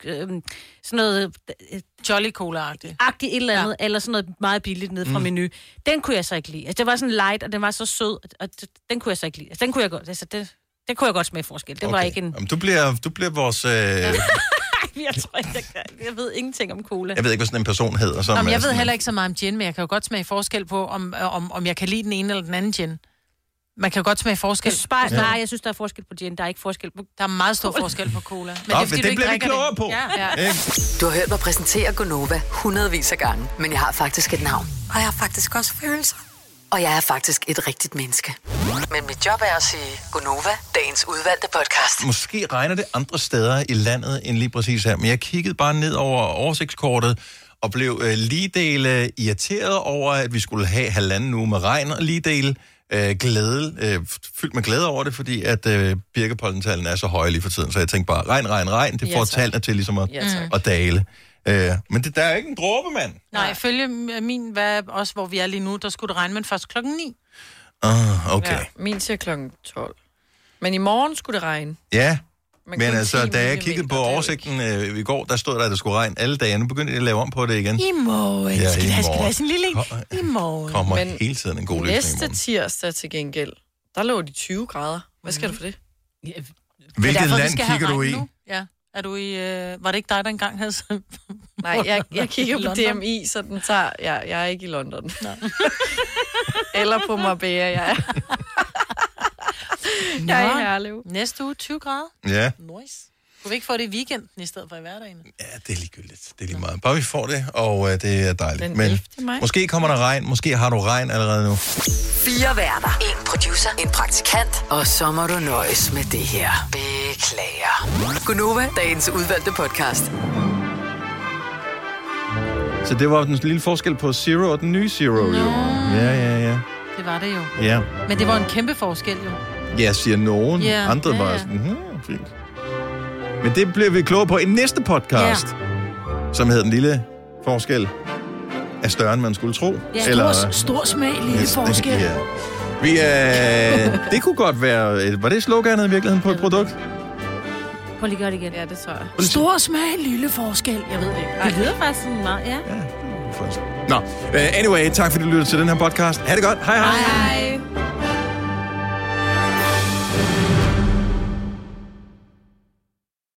noget Jolly Cola-agtigt. Et eller andet, eller sådan noget meget billigt nede fra Menu. Den kunne jeg så ikke lide. Altså, det var sådan light, og den var så sød, og den kunne jeg så ikke lide. Altså, den kunne jeg godt, det kunne jeg godt smage forskel. Det var ikke en... Jamen, du bliver vores Jeg tror ikke, jeg ved ingenting om cola. Jeg ved ikke, hvad sådan en person hedder. Som jeg ved heller ikke så meget om gin, men jeg kan jo godt smage forskel på, om jeg kan lide den ene eller den anden gin. Man kan jo godt smage forskel. Nej, jeg synes, der er forskel på gin. Der er ikke forskel på... Der er meget stor forskel på cola. Men det bliver vi klogere på. Ja. Du har hørt mig præsentere Gonova hundredvis af gange, men jeg har faktisk et navn. Og jeg har faktisk også følelser. Og jeg er faktisk et rigtigt menneske. Men mit job er at sige Gonova, dagens udvalgte podcast. Måske regner det andre steder i landet end lige præcis her, men jeg kiggede bare ned over oversigtskortet og blev lige dele irriteret over, at vi skulle have 1,5 uge med regn, og lige dele fyldt med glæde over det, fordi at birkepollentallene er så høje lige for tiden. Så jeg tænkte bare, regn, det får tallene til ligesom at dale. Men der er ikke en dråbe, mand. Nej, ifølge min, også hvor vi er lige nu, der skulle det regne, men først 9:00. Okay. Ja, min siger 12. Men i morgen skulle det regne. Ja, men altså, da jeg kiggede på oversigten i går, der stod der, at det skulle regne alle dage. Nu begyndte jeg at lave om på det igen. I morgen. Ja, skal have sådan en lille i morgen. Kommer men hele tiden en god løsning i morgen. Næste tirsdag til gengæld, der lå de 20 grader. Hvad skal du for det? Ja, hvilket land kigger du i? Nu? Ja. Er du i... var det ikke dig, der engang havde sådan... Nej, jeg kigger på DMI, så den tager... Jeg er ikke i London. Eller på Marbella, jeg er. Jeg er i Herlev. Næste uge 20 grader. Ja. Nice. Kunne vi ikke få det i weekenden i stedet for i hverdagen? Ja, det er ligegyldigt. Det er lige meget. Bare vi får det, og det er dejligt. Men måske kommer der regn. Måske har du regn allerede nu. 4 værter. 1 producer. En praktikant. Og så må du nøjes med det her. Beklager. Gonova, dagens udvalgte podcast. Så det var den lille forskel på Zero og den nye Zero, jo. Ja. Det var det jo. Ja. Men det var en kæmpe forskel, jo. Ja, siger nogen. Andre var sådan, fint. Men det bliver vi klogere på i næste podcast, som hedder Den Lille Forskel er større, end man skulle tro. Ja. Stor smag, lille forskel. Ja. Det kunne godt være... Var det sloganet i virkeligheden på et produkt? Prøv lige at gøre det igen. Ja, det tror jeg. Stor smag, lille forskel. Jeg ved det ikke. Det lyder faktisk sådan meget, Nå, anyway, tak fordi du lyttede til den her podcast. Ha' det godt. Hej.